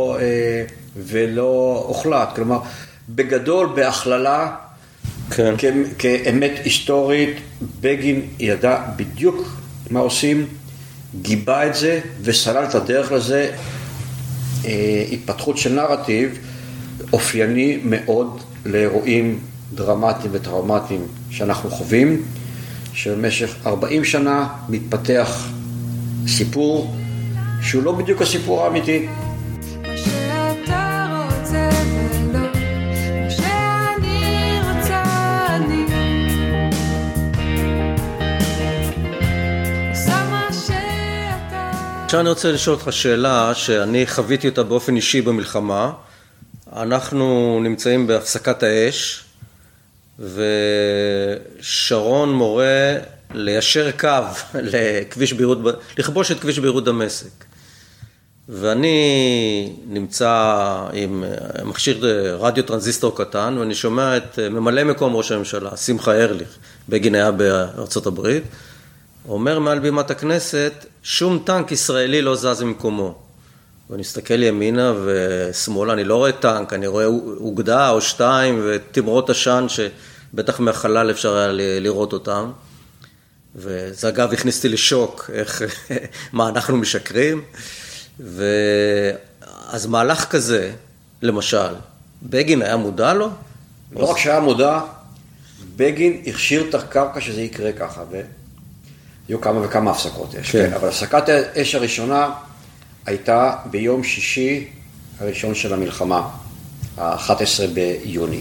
ולא הוחלט. כלומר, בגדול, בהכללה, כן. כאמת היסטורית, בגין ידע בדיוק מה עושים, גיבה את זה וסלל את הדרך לזה, התפתחות של נרטיב, אופייני מאוד לאירועים דרמטיים וטראומטיים שאנחנו חווים, שבמשך 40 שנה מתפתח סיפור שהוא לא בדיוק הסיפור האמיתי. עכשיו אני רוצה לשאול אותך שאלה שאני חוויתי אותה באופן אישי במלחמה. אנחנו נמצאים בהפסקת האש, ושרון מורה ליישר קו לכבוש את כביש ביירות דמשק. ואני נמצא עם מכשיר רדיו טרנזיסטור קטן, ואני שומע את ממלא מקום ראש הממשלה, שמחה ארליך, בגין היה בארצות הברית, אומר מעל בימת הכנסת, שום טנק ישראלי לא זז ממקומו. ואני מסתכל ימינה ושמאלה, אני לא רואה טנק, אני רואה אוגדה או 2 ותמרות עשן שבטח מהחלל אפשר היה לראות אותם. וזה אגב הכניסתי לשוק, מה אנחנו משקרים. אז מהלך כזה, למשל, בגין היה מודע לו? לא רק שהיה מודע, בגין הכשיר את הקרקע שזה יקרה ככה, והיו כמה וכמה הפסקות אש. כן. אבל הפסקת האש הראשונה הייתה ביום שישי הראשון של המלחמה, ה-11 ביוני.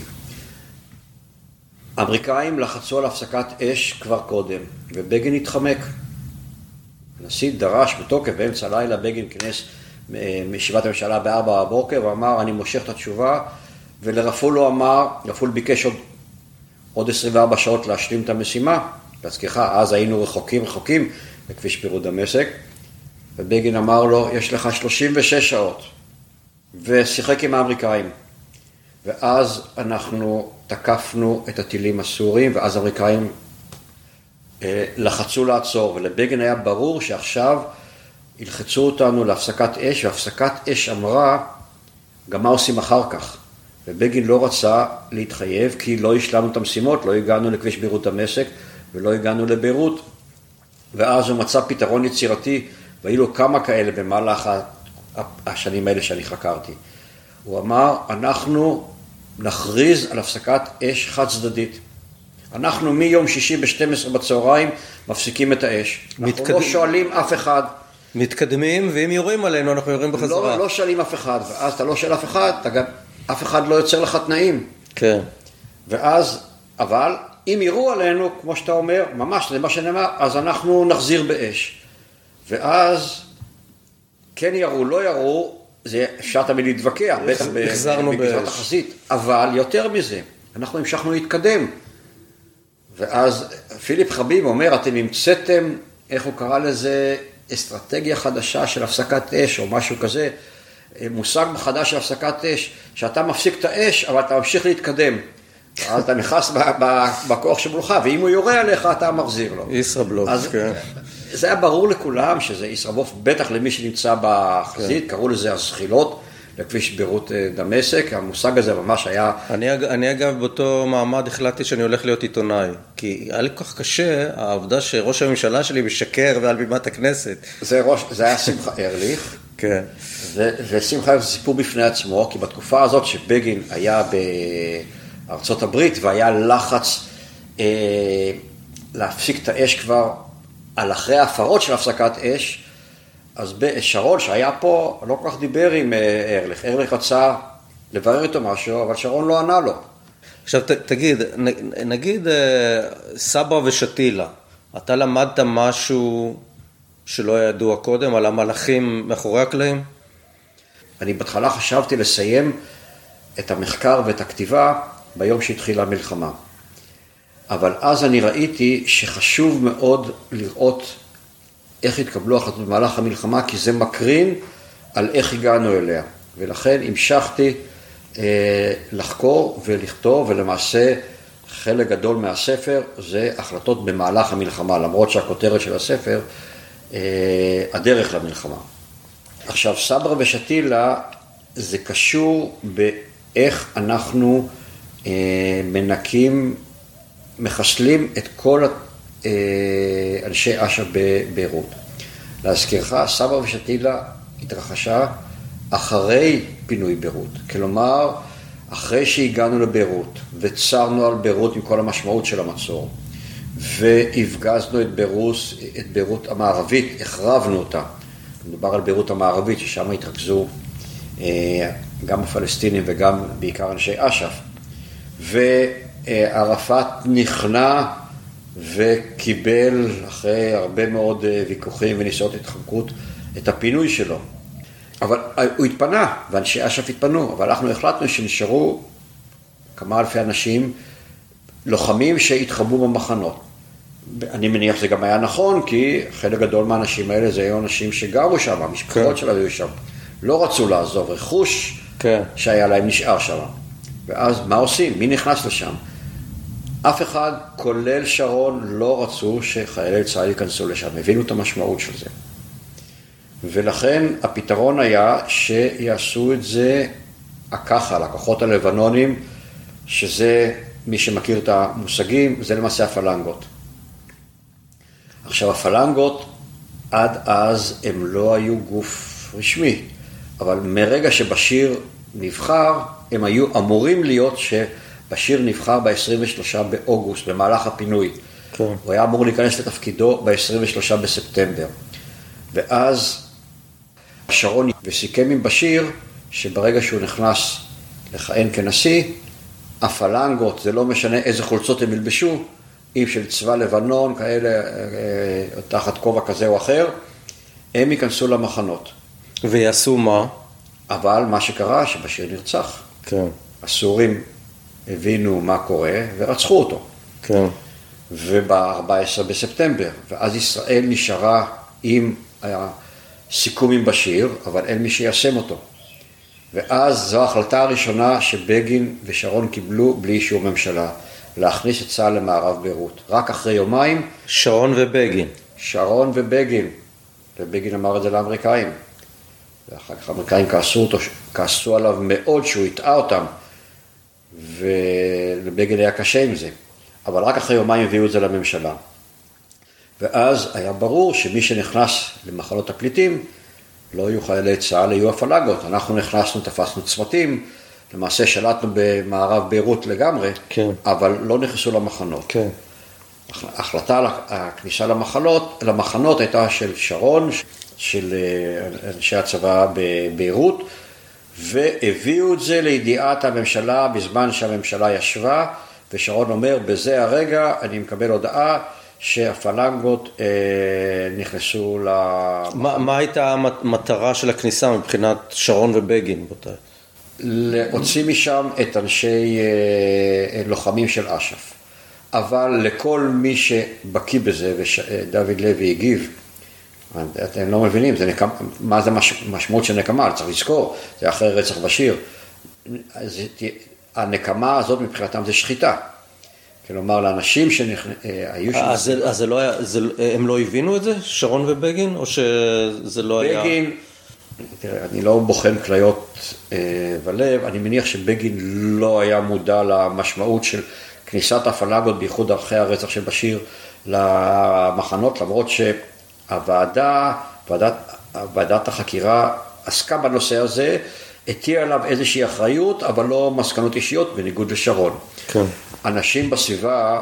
האמריקאים לחצו על הפסקת אש כבר קודם, ובגין התחמק. הנשיא דרש בתוקף באמצע הלילה, בגין כנס מישיבת הממשלה ב-4 בבוקר, ואמר, אני מושך את התשובה, ולרפול לא אמר, רפול ביקש עוד 24 שעות להשלים את המשימה. להזכירך, אז היינו רחוקים בכביש פירוד דמשק, ובגין אמר לו, יש לך 36 שעות, ושיחק עם האמריקאים. ואז אנחנו תקפנו את הטילים הסוריים, ואז האמריקאים לחצו לעצור, ולבגין היה ברור שעכשיו ילחצו אותנו להפסקת אש, והפסקת אש אמרה, גם מה עושים אחר כך. ובגין לא רצה להתחייב, כי לא השלמנו את המשימות, לא הגענו לכביש פירוד דמשק, ולא הגענו לביירות. ואז הוא מצא פתרון יצירתי, והיו לו כמה כאלה במהלך השנים האלה שאני חקרתי. הוא אמר, אנחנו נכריז על הפסקת אש חד צדדית. אנחנו מיום שישי ב-12 בצהריים מפסיקים את האש. אנחנו לא שואלים אף אחד. מתקדמים, ואם יורים עלינו, אנחנו יורים בחזרה. לא שואלים אף אחד, ואז אתה לא שואל אף אחד, אף אחד לא יוצר לך תנאים. כן. ואז, אבל, אם יראו עלינו, כמו שאתה אומר, ממש, זה מה שנאמר, אז אנחנו נחזיר באש. ואז, כן יראו, לא יראו, זה אפשר תמיד להתווכח, בטח בגזרת החזית. אבל יותר מזה, אנחנו המשכנו להתקדם. ואז פיליפ חביב אומר, אתם המצאתם, איך הוא קרא לזה, אסטרטגיה חדשה של הפסקת אש, או משהו כזה, מושג מחדש של הפסקת אש, שאתה מפסיק את האש, אבל אתה ממשיך להתקדם. אז אתה נכנס בכוח שמולך, ואם הוא יורה עליך, אתה מחזיר לו. ישראבלוף, כן. זה היה ברור לכולם שזה ישראבלוף, בטח למי שנמצא בחזית, קראו לזה הזחילות, לכביש פירוד דמשק, המושג הזה ממש היה... אני אגב באותו מעמד החלטתי שאני הולך להיות עיתונאי, כי היה לי כל כך קשה העובדה שראש הממשלה שלי משקר ועל בימת הכנסת. זה היה שמחה ארליך. כן. ושמחה ארליך זה סיפור בפני עצמו, כי בתקופה הזאת שבגין היה בארצות הברית, והיה לחץ להפסיק את האש כבר על אחרי ההפרות של הפסקת אש, אז שרון שהיה פה לא כל כך דיבר עם ארליך. ארליך רצה לברר איתו משהו, אבל שרון לא ענה לו. עכשיו תגיד, נגיד סבא ושתילה, אתה למדת משהו שלא ידוע קודם על המלאכים מאחורי הקלעים? אני בהתחלה חשבתי לסיים את המחקר ואת הכתיבה ביום שהתחילה המלחמה. אבל אז אני ראיתי שחשוב מאוד לראות איך התקבלו החלטות במהלך המלחמה, כי זה מקרין על איך הגענו אליה. ולכן המשכתי לחקור ולכתוב, ולמעשה חלק גדול מהספר זה החלטות במהלך המלחמה, למרות שהכותרת של הספר, הדרך למלחמה. עכשיו, סברה ושתילה זה קשור באיך אנחנו מנקים, מחסלים את כל אנשי אש"ף בביירות. להזכירך, סברה ושתילה התרחשה אחרי פינוי ביירות. כלומר, אחרי שהגענו לביירות וצרנו על ביירות עם כל המשמעות של המצור, והפגזנו את ביירות המערבית, החרבנו אותה. מדובר על ביירות המערבית, ששם התרכזו גם הפלסטינים וגם בעיקר אנשי אש"ף. וערפאת נכנע וקיבל אחרי הרבה מאוד ויכוחים וניסיונות התחמקות את הפינוי שלו. אבל הוא התפנה, ואנשי אש"ף התפנו, אבל אנחנו החלטנו שנשארו כמה אלפי אנשים, לוחמים שהתחבאו במחנות. אני מניח שזה גם היה נכון, כי חלק גדול מהאנשים האלה זה היו אנשים שגרו שם, המשפחות שלהם היו שם. לא רצו לעזוב, רכוש שהיה להם נשאר שם. ואז מה עושים? מי נכנס לשם? אף אחד, כולל שרון, לא רצו שחיילי צה"ל ייכנסו לשם. הבינו את המשמעות של זה. ולכן הפתרון היה שיעשו את זה הככה, הכוחות הלבנונים, שזה, מי שמכיר את המושגים, זה למעשה הפלנגות. עכשיו, הפלנגות, עד אז הם לא היו גוף רשמי, אבל מרגע שבשיר נבחר, הם היו אמורים להיות שבשיר נבחר ב-23 באוגוסט, במהלך הפינוי. כן. הוא היה אמור להיכנס לתפקידו ב-23 בספטמבר. ואז שרון וסיכם עם בשיר, שברגע שהוא נכנס לכהן כנשיא, הפלנגות, זה לא משנה איזה חולצות הם ילבשו, אם של צבא לבנון, כאלה, תחת כובע כזה או אחר, הם ייכנסו למחנות. ויעשו מה? אבל מה שקרה, שבשיר נרצח. כן. הסורים הבינו מה קורה ורצחו אותו. כן. וב-14 בספטמבר, ואז ישראל נשארה עם הסיכום עם בשיר, אבל אין מי שיישם אותו. ואז זו ההחלטה הראשונה שבגין ושרון קיבלו בלי אישור ממשלה, להכניס את צה"ל למערב ביירות. רק אחרי יומיים... שרון ובגין. שרון ובגין. ובגין אמר את זה לאמריקאים. ואחר כך האמריקאים כעסו עליו מאוד שהוא הטעה אותם, ולבגין היה קשה עם זה. אבל רק אחרי יומיים הביאו את זה לממשלה. ואז היה ברור שמי שנכנס למחנות הפליטים, לא יהיו חיילי צה"ל, יהיו הפלגות. אנחנו נכנסנו, תפסנו צמתים, למעשה שלטנו במערב ביירות לגמרי, כן. אבל לא נכנסו למחנות. כן. ההחלטה על הכניסה למחנות הייתה של שרון, של אנשי הצבא בביירות, והביאו את זה לידיעת הממשלה בזמן שהממשלה ישבה, ושרון אומר, בזה הרגע אני מקבל הודעה שהפלנגות נכנסו מה הייתה המטרה של הכניסה מבחינת שרון ובגין? להוציא משם את אנשי לוחמים של אש"ף. אבל לכל מי שבקיא בזה, ודוד לוי הגיב, אתם לא מבינים, מה זה משמעות של נקמה, צריך לזכור, זה אחרי רצח בשיר. הנקמה הזאת מבחינתם זה שחיטה. כלומר, לאנשים שהיו שם... אז הם לא הבינו את זה, שרון ובגין, או שזה לא היה... בגין, תראה, אני לא בוחן כליות ולב, אני מניח שבגין לא היה מודע למשמעות של כניסת הפלגות, בייחוד אחרי הרצח של בשיר, למחנות, למרות ועדת החקירה עסקה בנושא הזה, הטיעה עליו איזושהי אחריות, אבל לא מסקנות אישיות, בניגוד לשרון. כן. אנשים בסביבה,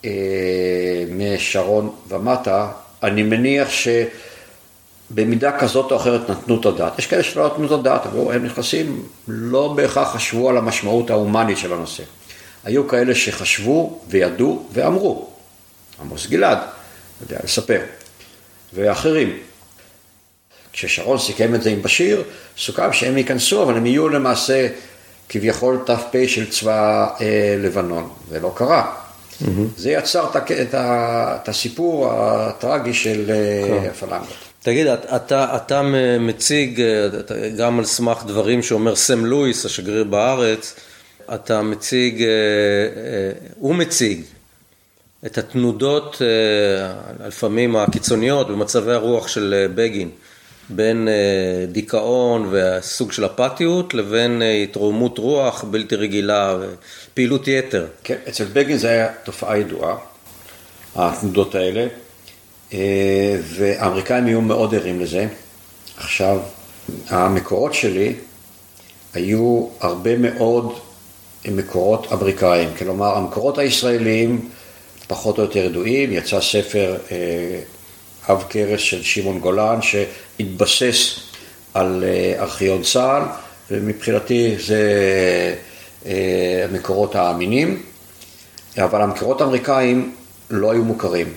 משרון ומטה, אני מניח שבמידה כזאת או אחרת נתנו את הדעת. יש כאלה שלא נתנו את הדעת, אבל הם נכנסים, לא בהכרח חשבו על המשמעות ההומנית של הנושא. היו כאלה שחשבו וידעו ואמרו. עמוס גלעד, יודע לספר. ואחרים. כששרון סיכם את זה עם בשיר, סוכם שהם ייכנסו, אבל הם יהיו למעשה כביכול ת"פ של צבא לבנון. זה לא קרה. זה יצר את הסיפור הטרגי של הפלנגות. תגיד, אתה מציג, גם על סמך דברים שאומר סם לואיס, השגריר בארץ, אתה מציג, הוא מציג את התנודות, לפעמים הקיצוניות, במצבי הרוח של בגין, בין דיכאון והסוג של אפתיות, לבין התרוממות רוח בלתי רגילה ופעילות יתר. כן, אצל בגין זה היה תופעה ידועה, התנודות האלה, והאמריקאים היו מאוד ערים לזה. עכשיו, המקורות שלי היו הרבה מאוד מקורות אמריקאים, כלומר, המקורות הישראלים פחות או יותר ידועים, יצא ספר אב קרס של שמעון גולן, שהתבסס על ארכיון צה"ל, ומבחינתי זה המקורות האמינים, אבל המקורות האמריקאים לא היו מוכרים.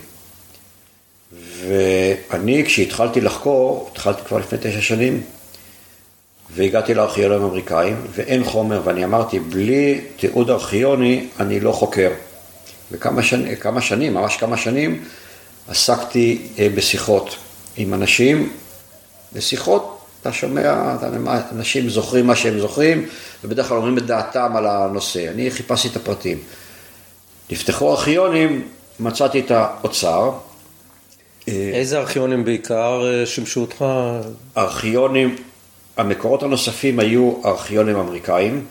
ואני, כשהתחלתי לחקור, התחלתי כבר לפני 9 שנים, והגעתי לארכיונים האמריקאים, ואין חומר, ואני אמרתי, בלי תיעוד ארכיוני, אני לא חוקר. וכמה שנים, ממש כמה שנים, עסקתי בשיחות עם אנשים, בשיחות, אתה שומע, אנשים זוכרים מה שהם זוכרים, ובדרך כלל אומרים את דעתם על הנושא. אני חיפשתי את הפרטים. נפתחו ארכיונים, מצאתי את האוצר. איזה ארכיונים בעיקר שימשו אותך? ארכיונים, המקורות הנוספים היו ארכיונים אמריקאים.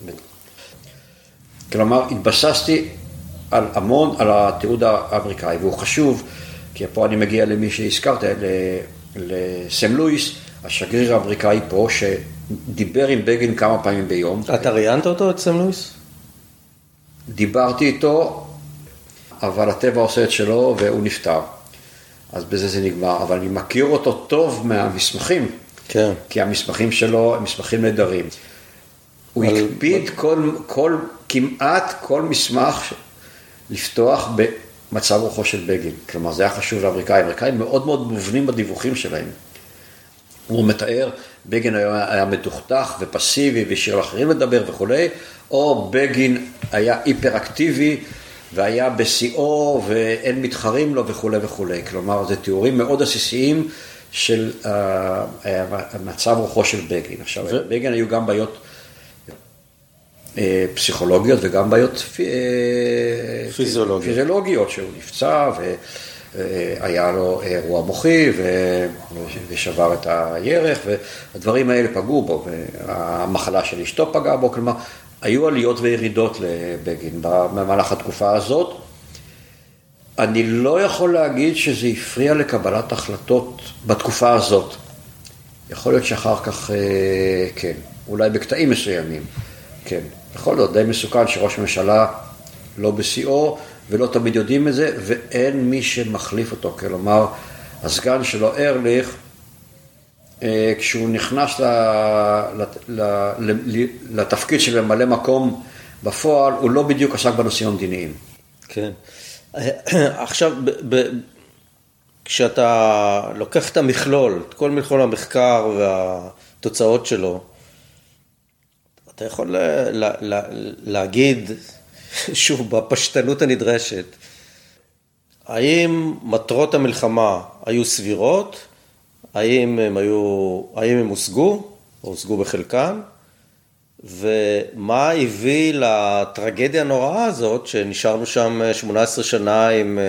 כלומר, התבססתי על המון, על התיעוד האמריקאי, והוא חשוב, כי פה אני מגיע למי שהזכרת, לסם לואיס, השגריר האמריקאי פה, שדיבר עם בגין כמה פעמים ביום. אתה ראיינת אותו, את סם לואיס? דיברתי איתו, אבל הטבע עושה את שלו, והוא נפטר. אז בזה זה נגמר, אבל אני מכיר אותו טוב מהמסמכים, כן. כי המסמכים שלו הם מסמכים נהדרים. הוא הקפיד כמעט כל מסמך לפתוח במצב רוחו של בגין. כלומר, זה היה חשוב לאמריקאים. האמריקאים מאוד מאוד מובנים בדיווחים שלהם. הוא מתאר בגין היה מתוכתך ופסיבי והשאיר לאחרים לדבר וכו', או בגין היה היפראקטיבי והיה בשיאו ואין מתחרים לו וכו' וכו'. כלומר, זה תיאורים מאוד עסיסיים של מצב רוחו של בגין. עכשיו, בגין היו גם בעיות פסיכולוגיות וגם בעיות פיזיולוגיות, שהוא נפצע והיה לו אירוע מוחי ושבר את הירך, והדברים האלה פגעו בו, והמחלה של אשתו פגעה בו, כלומר, היו עליות וירידות לבגין במהלך התקופה הזאת. אני לא יכול להגיד שזה הפריע לקבלת החלטות בתקופה הזאת. יכול להיות שאחר כך, כן, אולי בקטעים מסוימים, כן. יכול להיות די מסוכן שראש ממשלה לא בשיאו, ולא תמיד יודעים את זה, ואין מי שמחליף אותו. כלומר, הסגן שלו ארליך, כשהוא נכנס לתפקיד של ממלא מקום בפועל, הוא לא בדיוק עסק בנושאים המדיניים. כן. עכשיו, כשאתה לוקח את המכלול, את כל מכלול המחקר והתוצאות שלו, אתה יכול להגיד, שוב, בפשטנות הנדרשת, האם מטרות המלחמה היו סבירות? האם הם הושגו, או הושגו בחלקם? ומה הביא לטרגדיה הנוראה הזאת, שנשארנו שם 18 שנה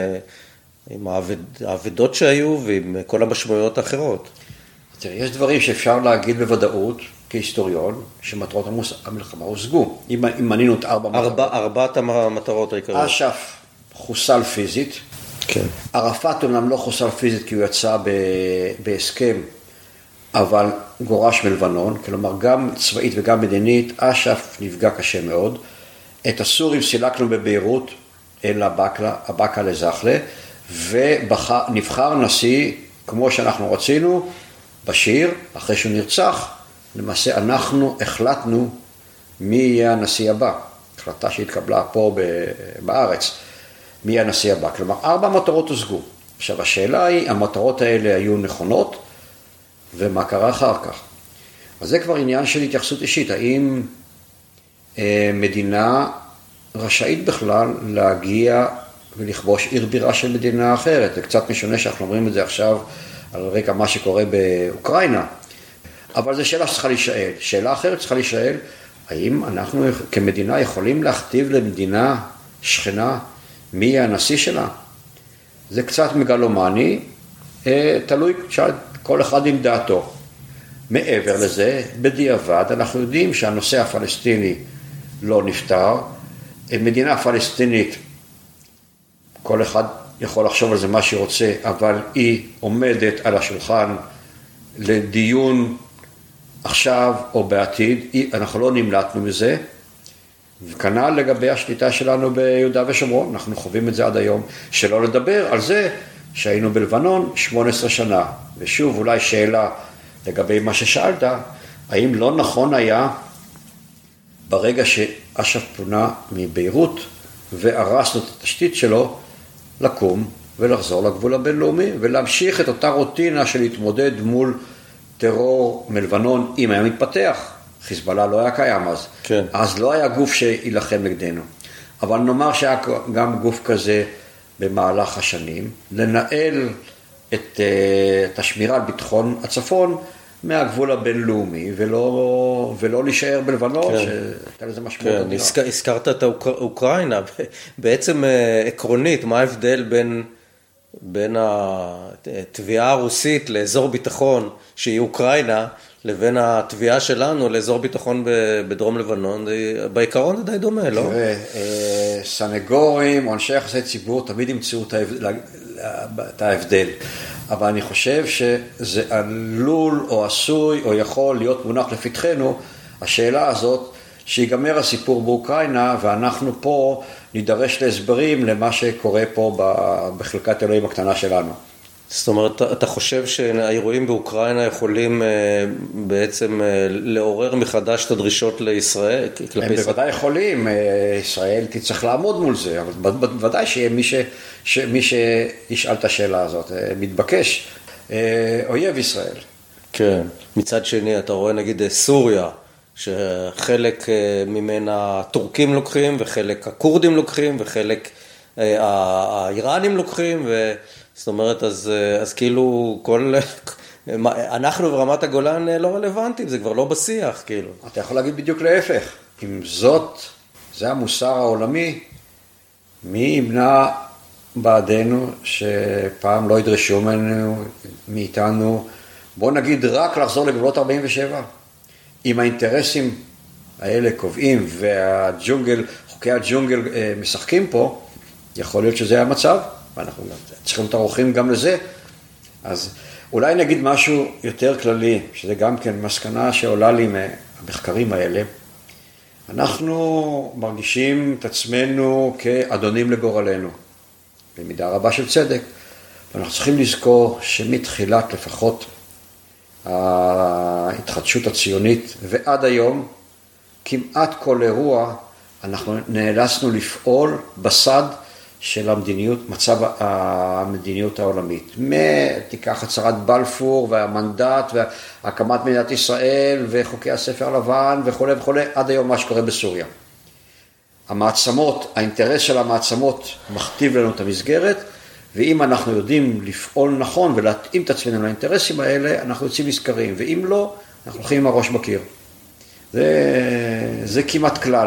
עם העבדות שהיו ועם כל המשמעויות האחרות? תראה, יש דברים שאפשר להגיד בוודאות, כהיסטוריון, שמטרות המלחמה הושגו. אם מנינו את ארבעת המטרות העיקריות. אש"ף חוסל פיזית. כן. ערפאת אומנם לא חוסל פיזית כי הוא יצא בהסכם, אבל גורש מלבנון, כלומר גם צבאית וגם מדינית, אש"ף נפגע קשה מאוד. את הסורים סילקנו בביירות אל הבקעה לזחלה, ונבחר נשיא כמו שאנחנו רצינו, בשיר, אחרי שהוא נרצח, למעשה אנחנו החלטנו מי יהיה הנשיא הבא. החלטה שהתקבלה פה בארץ, מי יהיה הנשיא הבא. כלומר, 4 מטרות הושגו. עכשיו, השאלה היא, המטרות האלה היו נכונות, ומה קרה אחר כך? אז זה כבר עניין של התייחסות אישית. האם מדינה רשאית בכלל להגיע ולכבוש עיר בירה של מדינה אחרת? זה קצת משונה שאנחנו אומרים את זה עכשיו על רקע מה שקורה באוקראינה. אבל זו שאלה שצריכה להישאל. שאלה אחרת צריכה להישאל, האם אנחנו כמדינה יכולים להכתיב למדינה שכנה מי יהיה הנשיא שלה? זה קצת מגלומני, תלוי כל אחד עם דעתו. מעבר לזה, בדיעבד, אנחנו יודעים שהנושא הפלסטיני לא נפתר. מדינה פלסטינית, כל אחד יכול לחשוב על זה מה שרוצה, אבל היא עומדת על השולחן לדיון עכשיו או בעתיד. אנחנו לא נמלטנו מזה. וכנ"ל לגבי השליטה שלנו ביהודה ושומרון, אנחנו חווים את זה עד היום, שלא לדבר על זה שהיינו בלבנון 18 שנה. ושוב, אולי שאלה לגבי מה ששאלת, האם לא נכון היה ברגע שאש"ף פונה מביירות והרסנו את התשתית שלו, לקום ולחזור לגבול הבינלאומי ולהמשיך את אותה רוטינה של להתמודד מול טרור מלבנון אם היה מתפתח. חיזבאללה לא היה קיים אז. כן. אז לא היה גוף שילחם נגדנו. אבל נאמר שהיה גם גוף כזה במהלך השנים, לנהל את השמירה על ביטחון הצפון מהגבול הבינלאומי, ולא להישאר בלבנון, כן. שהייתה לזה משמעות. כן, הזכרת את אוקראינה, בעצם עקרונית, מה ההבדל בין התביעה הרוסית לאזור ביטחון שהיא אוקראינה, לבין התביעה שלנו לאזור ביטחון בדרום לבנון? בעיקרון זה די דומה, לא? סנגורים או אנשי יחסי ציבור תמיד ימצאו את ההבדל. אבל אני חושב שזה עלול או עשוי או יכול להיות מונח לפתחנו, השאלה הזאת שיגמר הסיפור באוקראינה, ואנחנו פה נידרש להסברים למה שקורה פה בחלקת אלוהים הקטנה שלנו. זאת אומרת, אתה חושב שהאירועים באוקראינה יכולים בעצם לעורר מחדש את הדרישות לישראל? הם בוודאי יכולים, ישראל תצטרך לעמוד מול זה, אבל בוודאי שיהיה מי שישאל את השאלה הזאת, מתבקש. אויב ישראל, כן, מצד שני אתה רואה נגיד סוריה, שחלק ממנה הטורקים לוקחים, וחלק הכורדים לוקחים, וחלק האיראנים לוקחים, זאת אומרת, אז כאילו אנחנו ברמת הגולן לא רלוונטיים, זה כבר לא בשיח, כאילו. אתה יכול להגיד בדיוק להפך. אם זה המוסר העולמי, מי ימנע בעדנו שפעם לא ידרשו מאיתנו, בוא נגיד רק לחזור לגבולות 47. אם האינטרסים האלה קובעים חוקי הג'ונגל משחקים פה, יכול להיות שזה המצב, ואנחנו צריכים להיות ערוכים גם לזה. אז אולי נגיד משהו יותר כללי, שזה גם כן מסקנה שעולה לי מהמחקרים האלה. אנחנו מרגישים את עצמנו כאדונים לגורלנו, במידה רבה של צדק, ואנחנו צריכים לזכור שמתחילת לפחות ההתחדשות הציונית ועד היום, כמעט כל אירוע אנחנו נאלצנו לפעול בסד של מצב המדיניות העולמית. תיקח הצהרת בלפור והמנדט והקמת מדינת ישראל וחוקי הספר הלבן וכו' וכו', עד היום מה שקורה בסוריה. האינטרס של המעצמות מכתיב לנו את המסגרת, ואם אנחנו יודעים לפעול נכון ולהתאים את עצמנו לאינטרסים האלה, אנחנו יוצאים נזכרים, ואם לא, אנחנו הולכים עם הראש בקיר. זה כמעט כלל.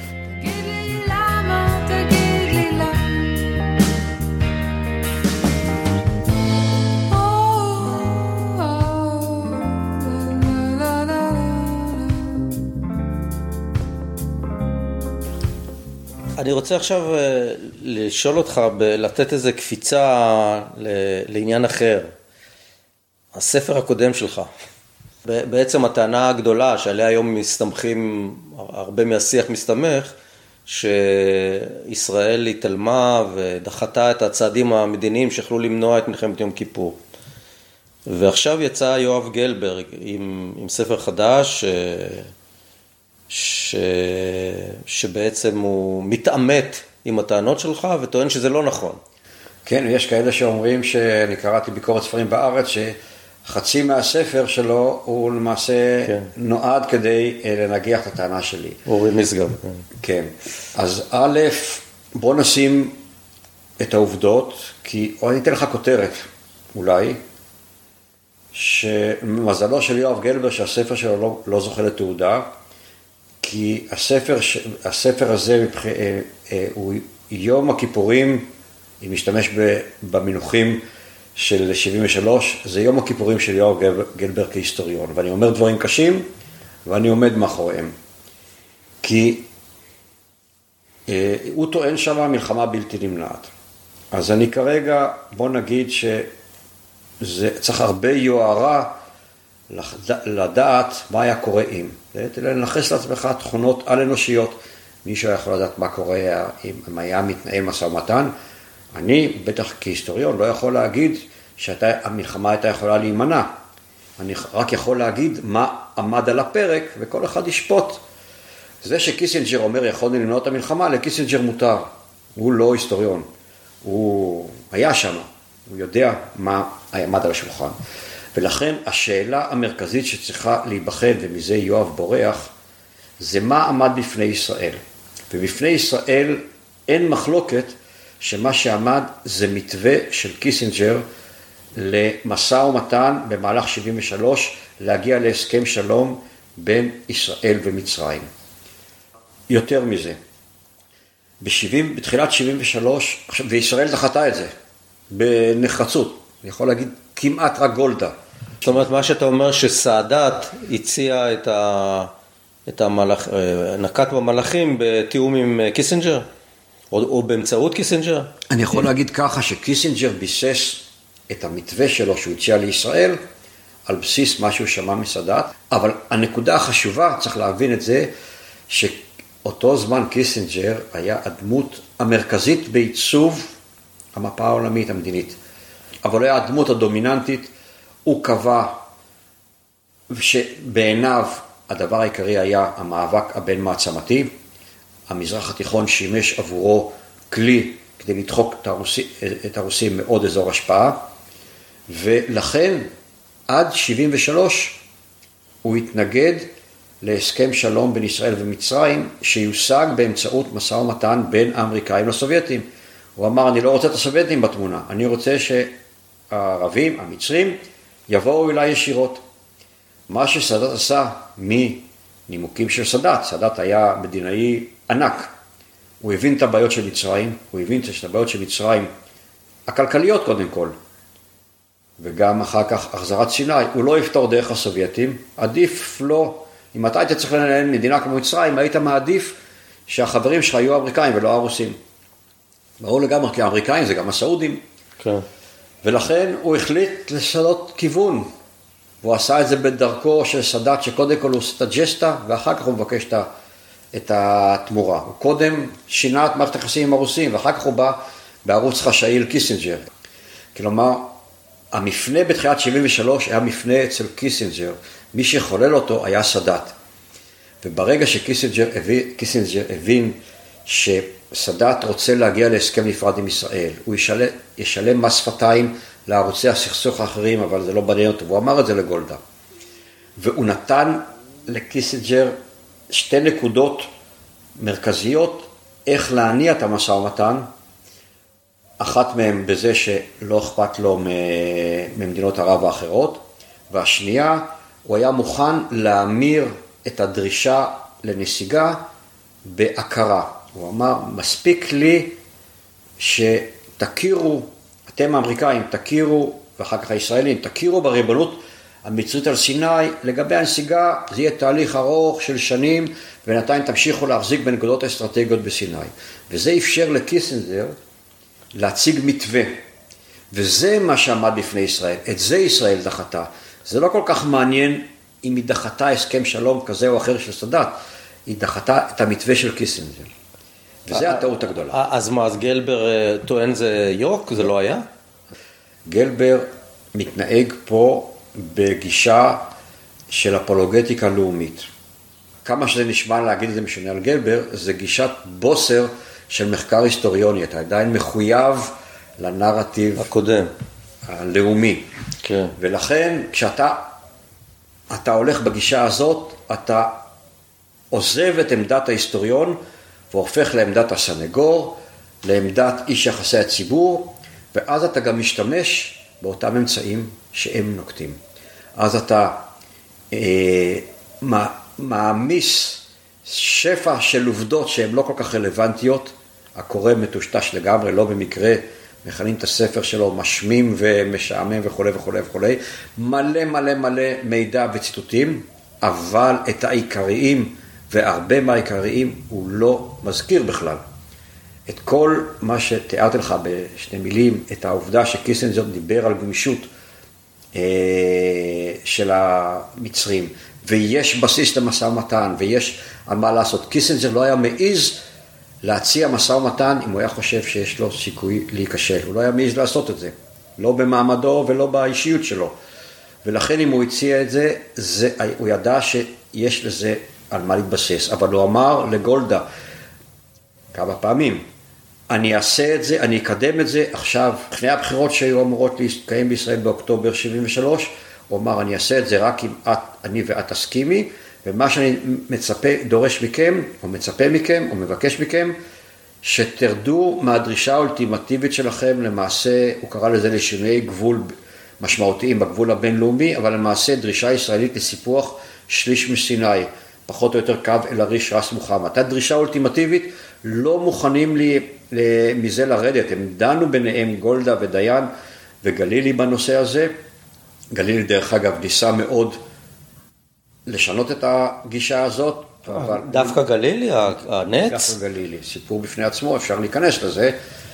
אני רוצה עכשיו לשאול אותך, לתת איזו קפיצה לעניין אחר. הספר הקודם שלך, בעצם הטענה הגדולה שעליה היום מסתמכים, הרבה מהשיח מסתמך, שישראל התעלמה ודחתה את הצעדים המדיניים שיכלו למנוע את מלחמת יום כיפור. ועכשיו יצא יואב גלברג עם ספר חדש, שבעצם הוא מתעמת עם הטענות שלך וטוען שזה לא נכון. כן, יש כאלה שאומרים, שאני קראתי ביקורת ספרים בארץ, שחצי מהספר שלו הוא למעשה נועד כדי לנגח את הטענה שלי. אורי משגב. כן. אז א', בוא נשים את העובדות, או אני אתן לך כותרת, אולי, שמזלו של יואב גלברג שהספר שלו לא זוכה לתעודה, כי הספר הזה הוא יום הכיפורים, אם משתמש במינוחים של 73, זה יום הכיפורים של יואב גלברג כהיסטוריון, ואני אומר דברים קשים, ואני עומד מאחוריהם. כי הוא טוען שם מלחמה בלתי נמנעת. אז אני כרגע, בוא נגיד שזה צריך הרבה יוהרה לדעת מה היה קורה אם. לנחס לעצמך תכונות על-אנושיות. מישהו יכול לדעת מה קורה אם היה מתנהל משא ומתן. אני, בטח כהיסטוריון, לא יכול להגיד שהמלחמה הייתה יכולה להימנע. אני רק יכול להגיד מה עמד על הפרק, וכל אחד ישפוט. זה שקיסינג'ר אומר יכולנו למנוע את המלחמה, לקיסינג'ר מותר. הוא לא היסטוריון. הוא היה שם. הוא יודע מה עמד על השולחן. ולכן השאלה המרכזית שצריכה להיבחן, ומזה יואב בורח, זה מה עמד בפני ישראל. ובפני ישראל אין מחלוקת שמה שעמד זה מתווה של קיסינג'ר למשא ומתן במהלך 73, להגיע להסכם שלום בין ישראל ומצרים. יותר מזה, בתחילת 73, וישראל דחתה את זה בנחרצות, אני יכול להגיד כמעט רק גולדה. זאת אומרת, מה שאתה אומר שסאדאת הציע נקט במהלכים בתיאום עם קיסינג'ר? או באמצעות קיסינג'ר? אני יכול להגיד ככה שקיסינג'ר ביסס את המתווה שלו שהוא הציע לישראל על בסיס מה שהוא שמע מסאדאת, אבל הנקודה החשובה, צריך להבין את זה, שאותו זמן קיסינג'ר היה הדמות המרכזית בעיצוב המפה העולמית המדינית. אבל היה הדמות הדומיננטית, הוא קבע שבעיניו הדבר העיקרי היה המאבק הבין מעצמתי, המזרח התיכון שימש עבורו כלי כדי לדחוק את הרוסים מעוד אזור השפעה, ולכן עד 73 הוא התנגד להסכם שלום בין ישראל ומצרים, שיושג באמצעות משא ומתן בין האמריקאים לסובייטים. הוא אמר, אני לא רוצה את הסובייטים בתמונה, אני רוצה שהערבים, המצרים, יבואו אליי ישירות. מה שסאדאת עשה מנימוקים של סאדאת, סאדאת היה מדינאי ענק, הוא הבין את הבעיות של מצרים, הוא הבין את הבעיות של מצרים, הכלכליות קודם כל, וגם אחר כך החזרת סיני, הוא לא יפתור דרך הסובייטים, עדיף לא, אם אתה היית צריך לנהל מדינה כמו מצרים, היית מעדיף שהחברים שלך היו האמריקאים ולא הרוסים. ברור לגמרי, כי האמריקאים זה גם הסעודים. כן. ולכן הוא החליט לשנות כיוון, והוא עשה את זה בדרכו של סאדאת, שקודם כל הוא עושה את הג'סטה, ואחר כך הוא מבקש את התמורה. הוא קודם שינה את מערכת היחסים עם הרוסים, ואחר כך הוא בא בערוץ חשאי לקיסינג'ר. כלומר, המפנה בתחילת 73 היה מפנה אצל קיסינג'ר, מי שחולל אותו היה סאדאת. וברגע שקיסינג'ר הבין שסאדאת רוצה להגיע להסכם נפרד עם ישראל, הוא ישלם מס שפתיים לערוצי הסכסוך האחרים, אבל זה לא מעניין אותו, והוא אמר את זה לגולדה. והוא נתן לקיסינג'ר 2 נקודות מרכזיות, איך להניע את המשא ומתן, אחת מהן בזה שלא אכפת לו ממדינות ערב האחרות, והשנייה, הוא היה מוכן להמיר את הדרישה לנסיגה בהכרה. הוא אמר, מספיק לי שתכירו, אתם האמריקאים תכירו, ואחר כך הישראלים, תכירו בריבונות המצרית על סיני, לגבי הנסיגה זה יהיה תהליך ארוך של שנים, ובינתיים תמשיכו להחזיק בנקודות אסטרטגיות בסיני. וזה אפשר לקיסינג'ר להציג מתווה, וזה מה שעמד בפני ישראל, את זה ישראל דחתה. זה לא כל כך מעניין אם היא דחתה הסכם שלום כזה או אחר של סאדאת, היא דחתה את המתווה של קיסינג'ר. וזה הטעות הגדולה. אז מה, אז גלבר טוען זה יוק? זה לא היה? גלבר מתנהג פה בגישה של אפולוגטיקה לאומית. כמה שזה נשמע להגיד את זה משונה על גלבר, זה גישת בוסר של מחקר היסטוריוני. אתה עדיין מחויב לנרטיב הקודם, הלאומי. כן. ולכן כשאתה הולך בגישה הזאת, אתה עוזב את עמדת ההיסטוריון והופך לעמדת הסנגור, לעמדת איש יחסי הציבור, ואז אתה גם משתמש באותם אמצעים שהם נוקטים. אז אתה מעמיס שפע של עובדות שהן לא כל כך רלוונטיות, הקורא מטושטש לגמרי, לא במקרה מכנים את הספר שלו משמים ומשעמם וכו' וכו' וכו', מלא מלא מלא מידע וציטוטים, אבל את העיקריים והרבה מהעיקריים הוא לא מזכיר בכלל. את כל מה שתיארתי לך בשני מילים, את העובדה שקיסינג'ר דיבר על גמישות של המצרים, ויש בסיס למשא ומתן, ויש על מה לעשות. קיסינג'ר לא היה מעיז להציע משא ומתן אם הוא היה חושב שיש לו סיכוי להיכשל. הוא לא היה מעיז לעשות את זה, לא במעמדו ולא באישיות שלו. ולכן אם הוא הציע את זה, הוא ידע שיש לזה על מה להתבסס. אבל הוא אמר לגולדה כמה פעמים, אני אעשה את זה, אני אקדם את זה עכשיו, לפני הבחירות שהיו אמורות להתקיים בישראל באוקטובר 73, הוא אמר, אני אעשה את זה רק אם אני ואת תסכימי, ומה שאני מצפה, דורש מכם, או מצפה מכם, או מבקש מכם, שתרדו מהדרישה האולטימטיבית שלכם, למעשה, הוא קרא לזה לשינויי גבול משמעותיים בגבול הבינלאומי, אבל למעשה דרישה ישראלית לסיפוח שליש מסיני, פחות או יותר קו אל עריש ראס מוחמד. הדרישה האולטימטיבית, לא מוכנים מזה לרדת, הם דנו ביניהם גולדה ודיין וגלילי בנושא הזה, גלילי דרך אגב ניסה מאוד לשנות את הגישה הזאת, אבל... דווקא גלילי, הנץ? דווקא גלילי, סיפור בפני עצמו, אפשר להיכנס לזה.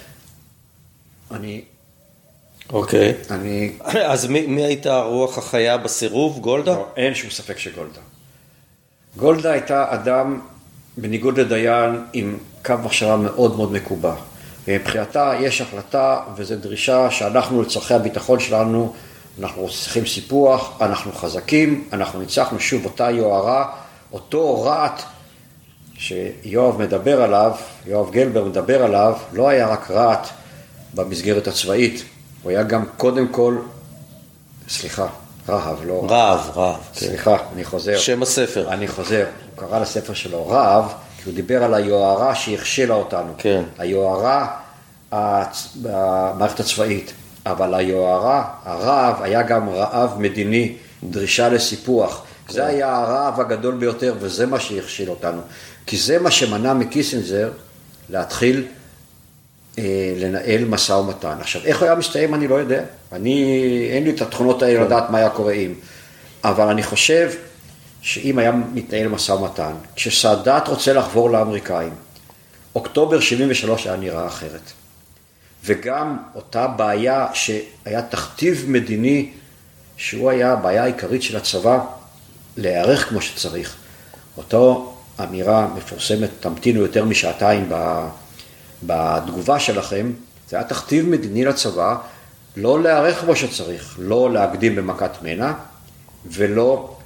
אוקיי. אז מי הייתה הרוח החיה בסירוב? גולדה? לא, אין שום ספק שגולדה. גולדה הייתה אדם, בניגוד לדיין, עם קו מחשבה מאוד מאוד מקובע. מבחינתה יש החלטה, וזו דרישה שאנחנו לצורכי הביטחון שלנו, אנחנו צריכים סיפוח, אנחנו חזקים, אנחנו ניצחנו שוב אותה יוהרה, אותו רעת שיואב מדבר עליו, יואב גלבר מדבר עליו, לא היה רק רעת במסגרת הצבאית, הוא היה גם קודם כל, רהב, לא... רהב. סליחה, אני חוזר. שם הספר. אני חוזר. הוא קרא לספר שלו רהב, כי הוא דיבר על היוהרה שהכשילה אותנו. כן. היוהרה במערכת הצבאית. אבל היוהרה, הרהב, היה גם רעב מדיני, דרישה לסיפוח. זה היה הרעב הגדול ביותר, וזה מה שהכשיל אותנו. כי זה מה שמנע מקיסינג'ר להתחיל לנהל משא ומתן. עכשיו, איך הוא היה מסתיים אני לא יודע. אין לי את התכונות האלה לדעת מה היה קורה עם. אבל אני חושב שאם היה מתנהל משא ומתן, כשסאדאת רוצה לחבור לאמריקאים, אוקטובר 73 היה נראה אחרת. וגם אותה בעיה שהיה תכתיב מדיני, שהוא היה הבעיה העיקרית של הצבא, להיערך כמו שצריך. אותו אמירה מפורסמת, תמתינו יותר משעתיים בתגובה שלכם, זה היה תכתיב מדיני לצבא, לא להיערך כמו שצריך, לא להקדים במכת מנע, ולא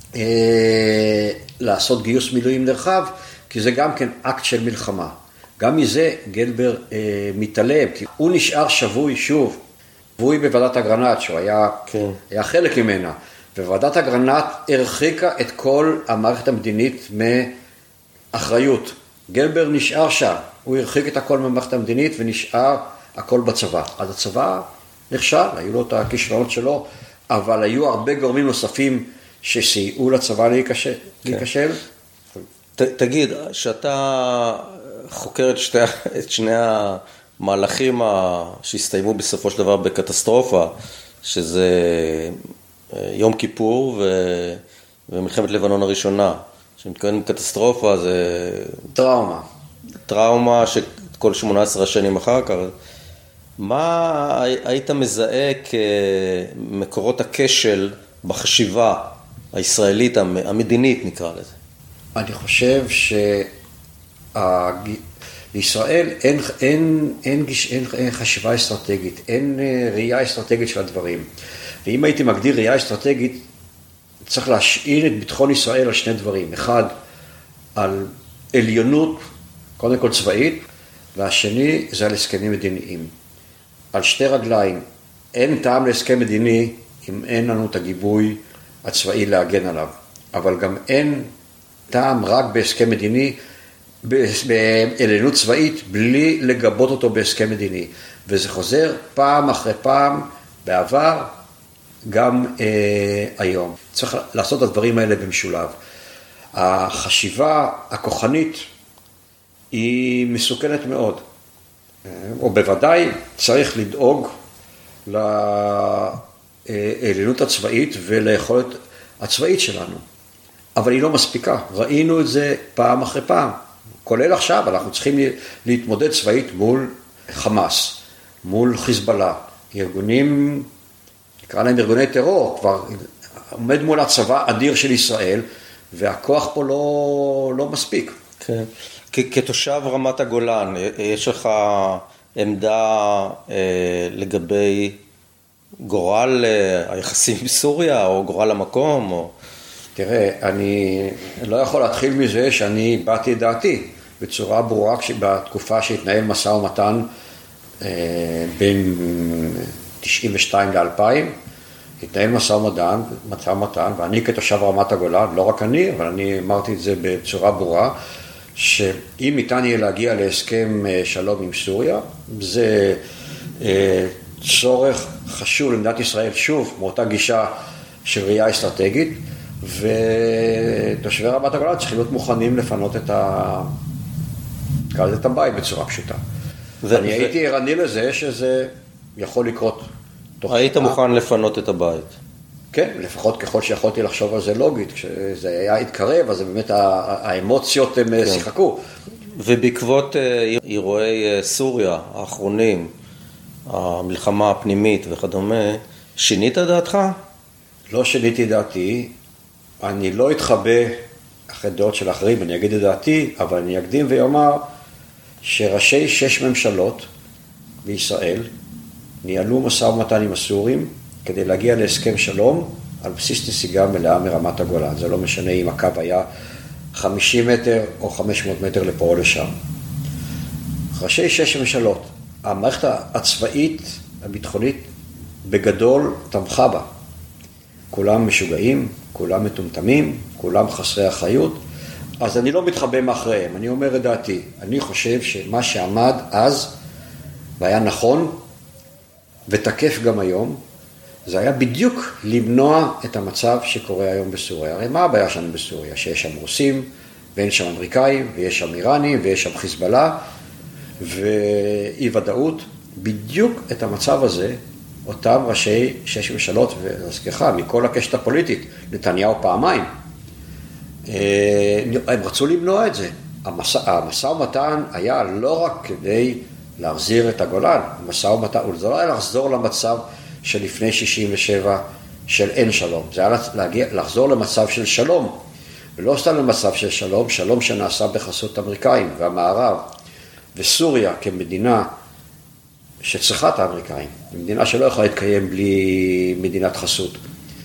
לעשות גיוס מילואים נרחב, כי זה גם כן אקט של מלחמה. גם מזה גלבר מתעלם, כי הוא נשאר שבוי שוב, שבוי בוועדת אגרנט, שהוא היה חלק ממנה, וועדת אגרנט הרחיקה את כל המערכת המדינית מאחריות. גלבר נשאר שם, הוא הרחיק את הכל מהמערכת המדינית ונשאר הכל בצבא. אז הצבא נכשל, היו לו את הכישלונות שלו, אבל היו הרבה גורמים נוספים שסייעו לצבא להיכשל. תגיד, שאתה חוקר את שני המהלכים שהסתיימו בסופו של דבר בקטסטרופה, שזה יום כיפור ומלחמת לבנון הראשונה, שמתכוון בקטסטרופה זה... טראומה שכל 18 שנים אחר כך. מה היית מזהה כמקורות הכשל בחשיבה הישראלית, המדינית נקרא לזה? אני חושב לישראל אין חשיבה אסטרטגית, אין ראייה אסטרטגית של הדברים. ואם הייתי מגדיר ראייה אסטרטגית, צריך להשאיר את ביטחון ישראל על שני דברים. אחד, על עליונות, קודם כל צבאית, והשני זה על הסכמים מדיניים. על שתי רגליים, אין טעם להסכם מדיני אם אין לנו את הגיבוי הצבאי להגן עליו. אבל גם אין טעם רק בהסכם מדיני, בעליונות צבאית, בלי לגבות אותו בהסכם מדיני. וזה חוזר פעם אחרי פעם בעבר, גם היום. צריך לעשות את הדברים האלה במשולב. החשיבה הכוחנית היא מסוכנת מאוד. או בוודאי צריך לדאוג לעליונות הצבאית וליכולת הצבאית שלנו. אבל היא לא מספיקה. ראינו את זה פעם אחרי פעם. כולל עכשיו, אנחנו צריכים להתמודד צבאית מול חמאס, מול חיזבאללה. ארגונים, נקרא להם ארגוני טרור, כבר עומד מול הצבא אדיר של ישראל, והכוח פה לא מספיק. כן. כתושב רמת הגולן, יש לך עמדה לגבי גורל היחסים בסוריה, או גורל המקום, או... תראה, אני לא יכול להתחיל מזה שאני באתי את דעתי, בצורה ברורה בתקופה שהתנהל משא ומתן בין 92 ל-2000, התנהל משא ומתן, ואני כתושב רמת הגולן, לא רק אני, אבל אני אמרתי את זה בצורה ברורה, שאם ניתן יהיה להגיע להסכם שלום עם סוריה, זה צורך חשוב למדינת ישראל, שוב, מאותה גישה של ראייה אסטרטגית, ותושבי רמת הגולן צריכים להיות מוכנים לפנות את הבית בצורה פשוטה. אני הייתי ערני לזה שזה יכול לקרות. היית מוכן לפנות את הבית? כן, לפחות ככל שיכולתי לחשוב על זה לוגית. כשזה היה התקרב, אז באמת האמוציות הם שיחקו. ובעקבות אירועי סוריה האחרונים, המלחמה הפנימית וכדומה, שינית דעתך? לא שיניתי דעתי. אני לא אתחבא אחרי דעות של אחרים, אני אגיד את דעתי, אבל אני אקדים ויאמר שראשי 6 ממשלות בישראל ניהלו משא ומתן עם הסורים כדי להגיע להסכם שלום על בסיס נסיגה מלאה מרמת הגולן. זה לא משנה אם הקו היה 50 מטר או 500 מטר לפה או לשם. ראשי 6 ממשלות, המערכת הצבאית, הביטחונית, בגדול תמכה בה. כולם משוגעים, כולם מטומטמים, כולם חסרי אחריות, אז אני לא מתחבא מאחריהם, אני אומר את דעתי. אני חושב שמה שעמד אז, והיה נכון, ותקף גם היום, זה היה בדיוק למנוע את המצב שקורה היום בסוריה. הרי מה הבעיה שלנו בסוריה? שיש שם רוסים, ואין שם אמריקאים, ויש שם איראנים, ויש שם חיזבאללה, ואי ודאות. בדיוק את המצב הזה, אותם ראשי שש ממשלות, והזכיחה, מכל הקשת הפוליטית, נתניהו פעמיים, הם רצו למנוע את זה. המשא ומתן היה לא רק כדי להחזיר את הגולן, המשא ומתן, זה לא היה לחזור למצב של לפני 67 של אין שלום, זה היה לחזור למצב של שלום, ולא סתם למצב של שלום, שלום שנעשה בחסות אמריקאים והמערב, וסוריה כמדינה שצריכה את האמריקאים, מדינה שלא יכולה להתקיים בלי מדינת חסות,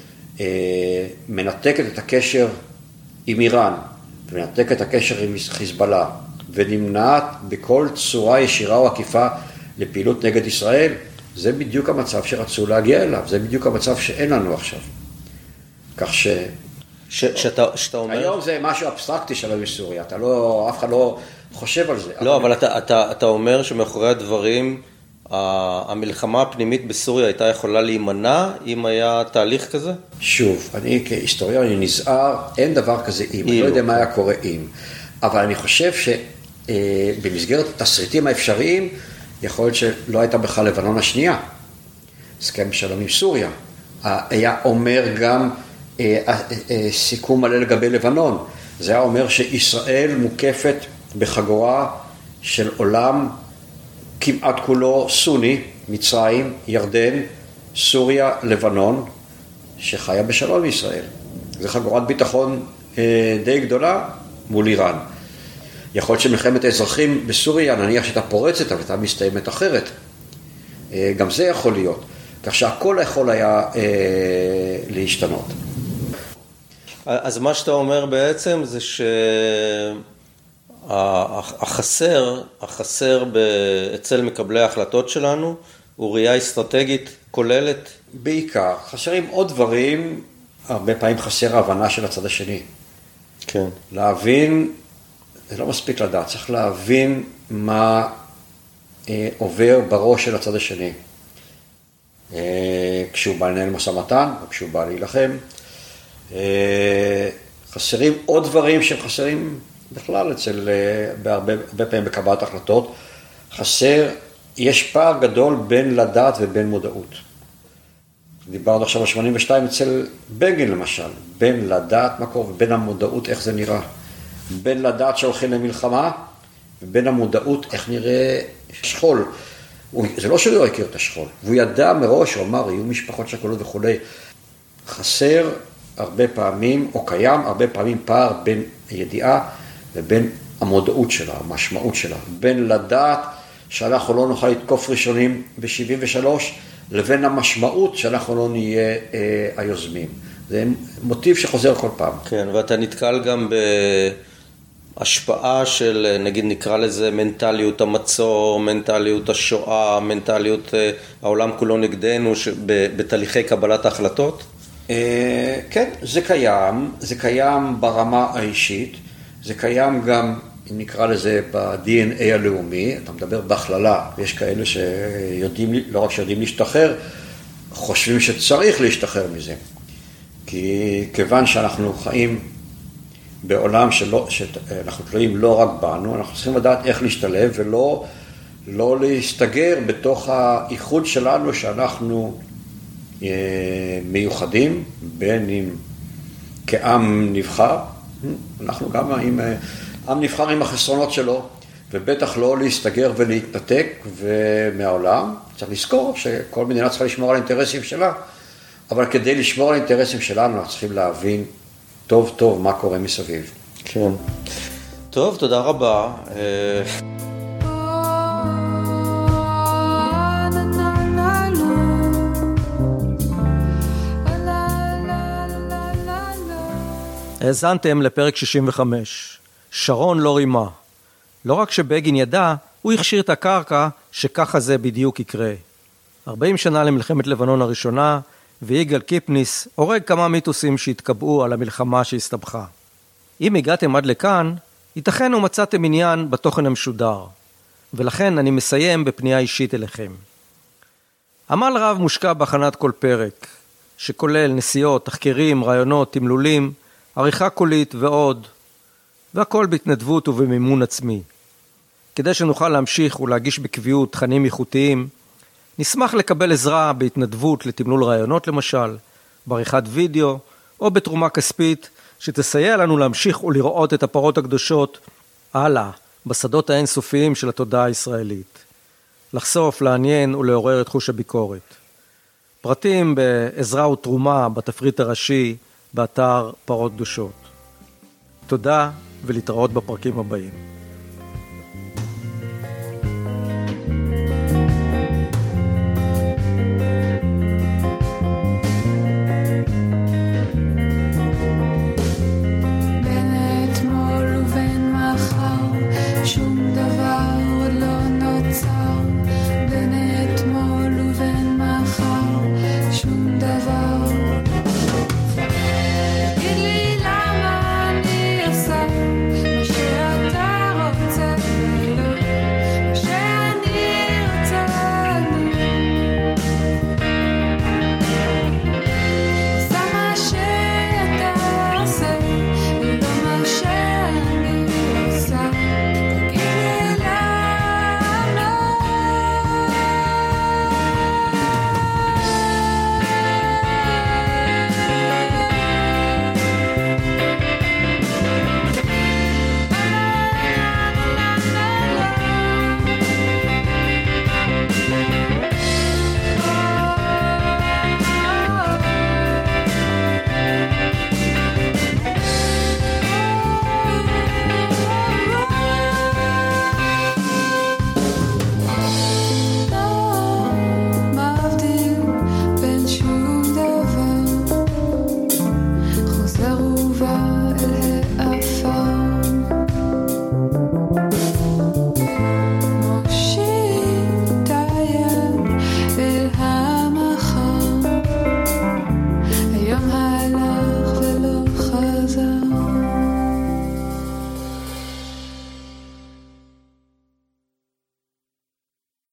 מנתקת את הקשר עם איראן, ומנתקת את הקשר עם חיזבאללה, ונמנעת בכל צורה ישירה או עקיפה לפעילות נגד ישראל, זה בדיוק המצב שרצו להגיע אליו, זה בדיוק המצב שאין לנו עכשיו. כך שאתה אומר... היום זה משהו אבסטרקטי שלו בסוריה, אף אחד לא חושב על זה. לא, אבל אתה אומר שמאחורי הדברים, המלחמה הפנימית בסוריה הייתה יכולה להימנע אם היה תהליך כזה? שוב, אני כהיסטוריון, אני נזהר, אין דבר כזה אם, אני לא יודע מה היה קורה אם, אבל אני חושב שבמסגרת התסריטים האפשריים, יכול להיות שלא הייתה בכלל לבנון השנייה, הסכם שלום עם סוריה, היה אומר גם סיכום מלא לגבי לבנון, זה היה אומר שישראל מוקפת בחגורה של עולם כמעט כולו סוני, מצרים, ירדן, סוריה, לבנון, שחיה בשלום עם ישראל. זו חגורת ביטחון די גדולה מול איראן. יכול להיות שמלחמת האזרחים בסוריה, נניח שאתה פורצת, אבל אתה מסתיימת אחרת. גם זה יכול להיות. כך שהכל יכול היה להשתנות. אז מה שאתה אומר בעצם זה שהחסר אצל מקבלי ההחלטות שלנו הוא ראייה אסטרטגית כוללת? בעיקר. חסרים עוד דברים, הרבה פעמים חסר ההבנה של הצד השני. כן. להבין, זה לא מספיק לדעת, צריך להבין מה עובר בראש של הצד השני. כשהוא בא לנהל משא ומתן, או כשהוא בא להילחם. חסרים עוד דברים שהם חסרים בכלל בהרבה פעמים בקבלת החלטות. יש פער גדול בין לדעת ובין מודעות. דיברנו עכשיו על 82 אצל בגין למשל, בין לדעת מה קורה ובין המודעות איך זה נראה. בין לדעת שהולכים למלחמה ובין המודעות איך נראה שכול. זה לא שהוא לא הכיר את השכול, והוא ידע מראש, הוא אמר, יהיו משפחות שכולות וכו'. חסר הרבה פעמים, או קיים הרבה פעמים פער בין הידיעה ובין המודעות שלה, המשמעות שלה. בין לדעת שאנחנו לא נוכל לתקוף ראשונים ב-73, לבין המשמעות שאנחנו לא נהיה היוזמים. זה מוטיב שחוזר כל פעם. כן, ואתה נתקל גם בהשפעה של, נגיד נקרא לזה, מנטליות המצור, מנטליות השואה, מנטליות העולם כולו נגדנו, בתהליכי קבלת ההחלטות? כן, זה קיים ברמה האישית, זה קיים גם, אם נקרא לזה, ב-DNA הלאומי, אתה מדבר בהכללה, ויש כאלה שיודעים, לא רק שיודעים להשתחרר, חושבים שצריך להשתחרר מזה. כי כיוון שאנחנו חיים בעולם שאנחנו תלויים לא רק בנו, אנחנו צריכים לדעת איך להשתלב ולא להסתגר בתוך האיחוד שלנו שאנחנו מיוחדים, בין אם כעם נבחר, אנחנו גם עם נבחר עם החסרונות שלו, ובטח לא להסתגר ולהתנתק מהעולם. צריך לזכור שכל מדינה צריכה לשמור על האינטרסים שלה, אבל כדי לשמור על האינטרסים שלנו, אנחנו צריכים להבין טוב טוב מה קורה מסביב. כן. טוב, תודה רבה. האזנתם לפרק 65. שרון לא רימה. לא רק שבגין ידע, הוא הכשיר את הקרקע שככה זה בדיוק יקרה. 40 שנה למלחמת לבנון הראשונה, ויגאל קיפניס הורג כמה מיתוסים שהתקבעו על המלחמה שהסתבכה. אם הגעתם עד לכאן, ייתכן ומצאתם עניין בתוכן המשודר, ולכן אני מסיים בפנייה אישית אליכם. עמל רב מושקע בהכנת כל פרק, שכולל נסיעות, תחקירים, רעיונות, תמלולים, עריכה קולית ועוד, והכל בהתנדבות ובמימון עצמי. כדי שנוכל להמשיך ולהגיש בקביעות תכנים איכותיים, נשמח לקבל עזרה בהתנדבות לתמלול רעיונות למשל, בעריכת וידאו או בתרומה כספית שתסייע לנו להמשיך ולראות את הפרות הקדושות הלאה בשדות האינסופיים של התודעה הישראלית. לחשוף, לעניין ולעורר את חוש הביקורת. פרטים בעזרה ותרומה בתפריט הראשי באתר פרות קדושות. תודה ולהתראות בפרקים הבאים.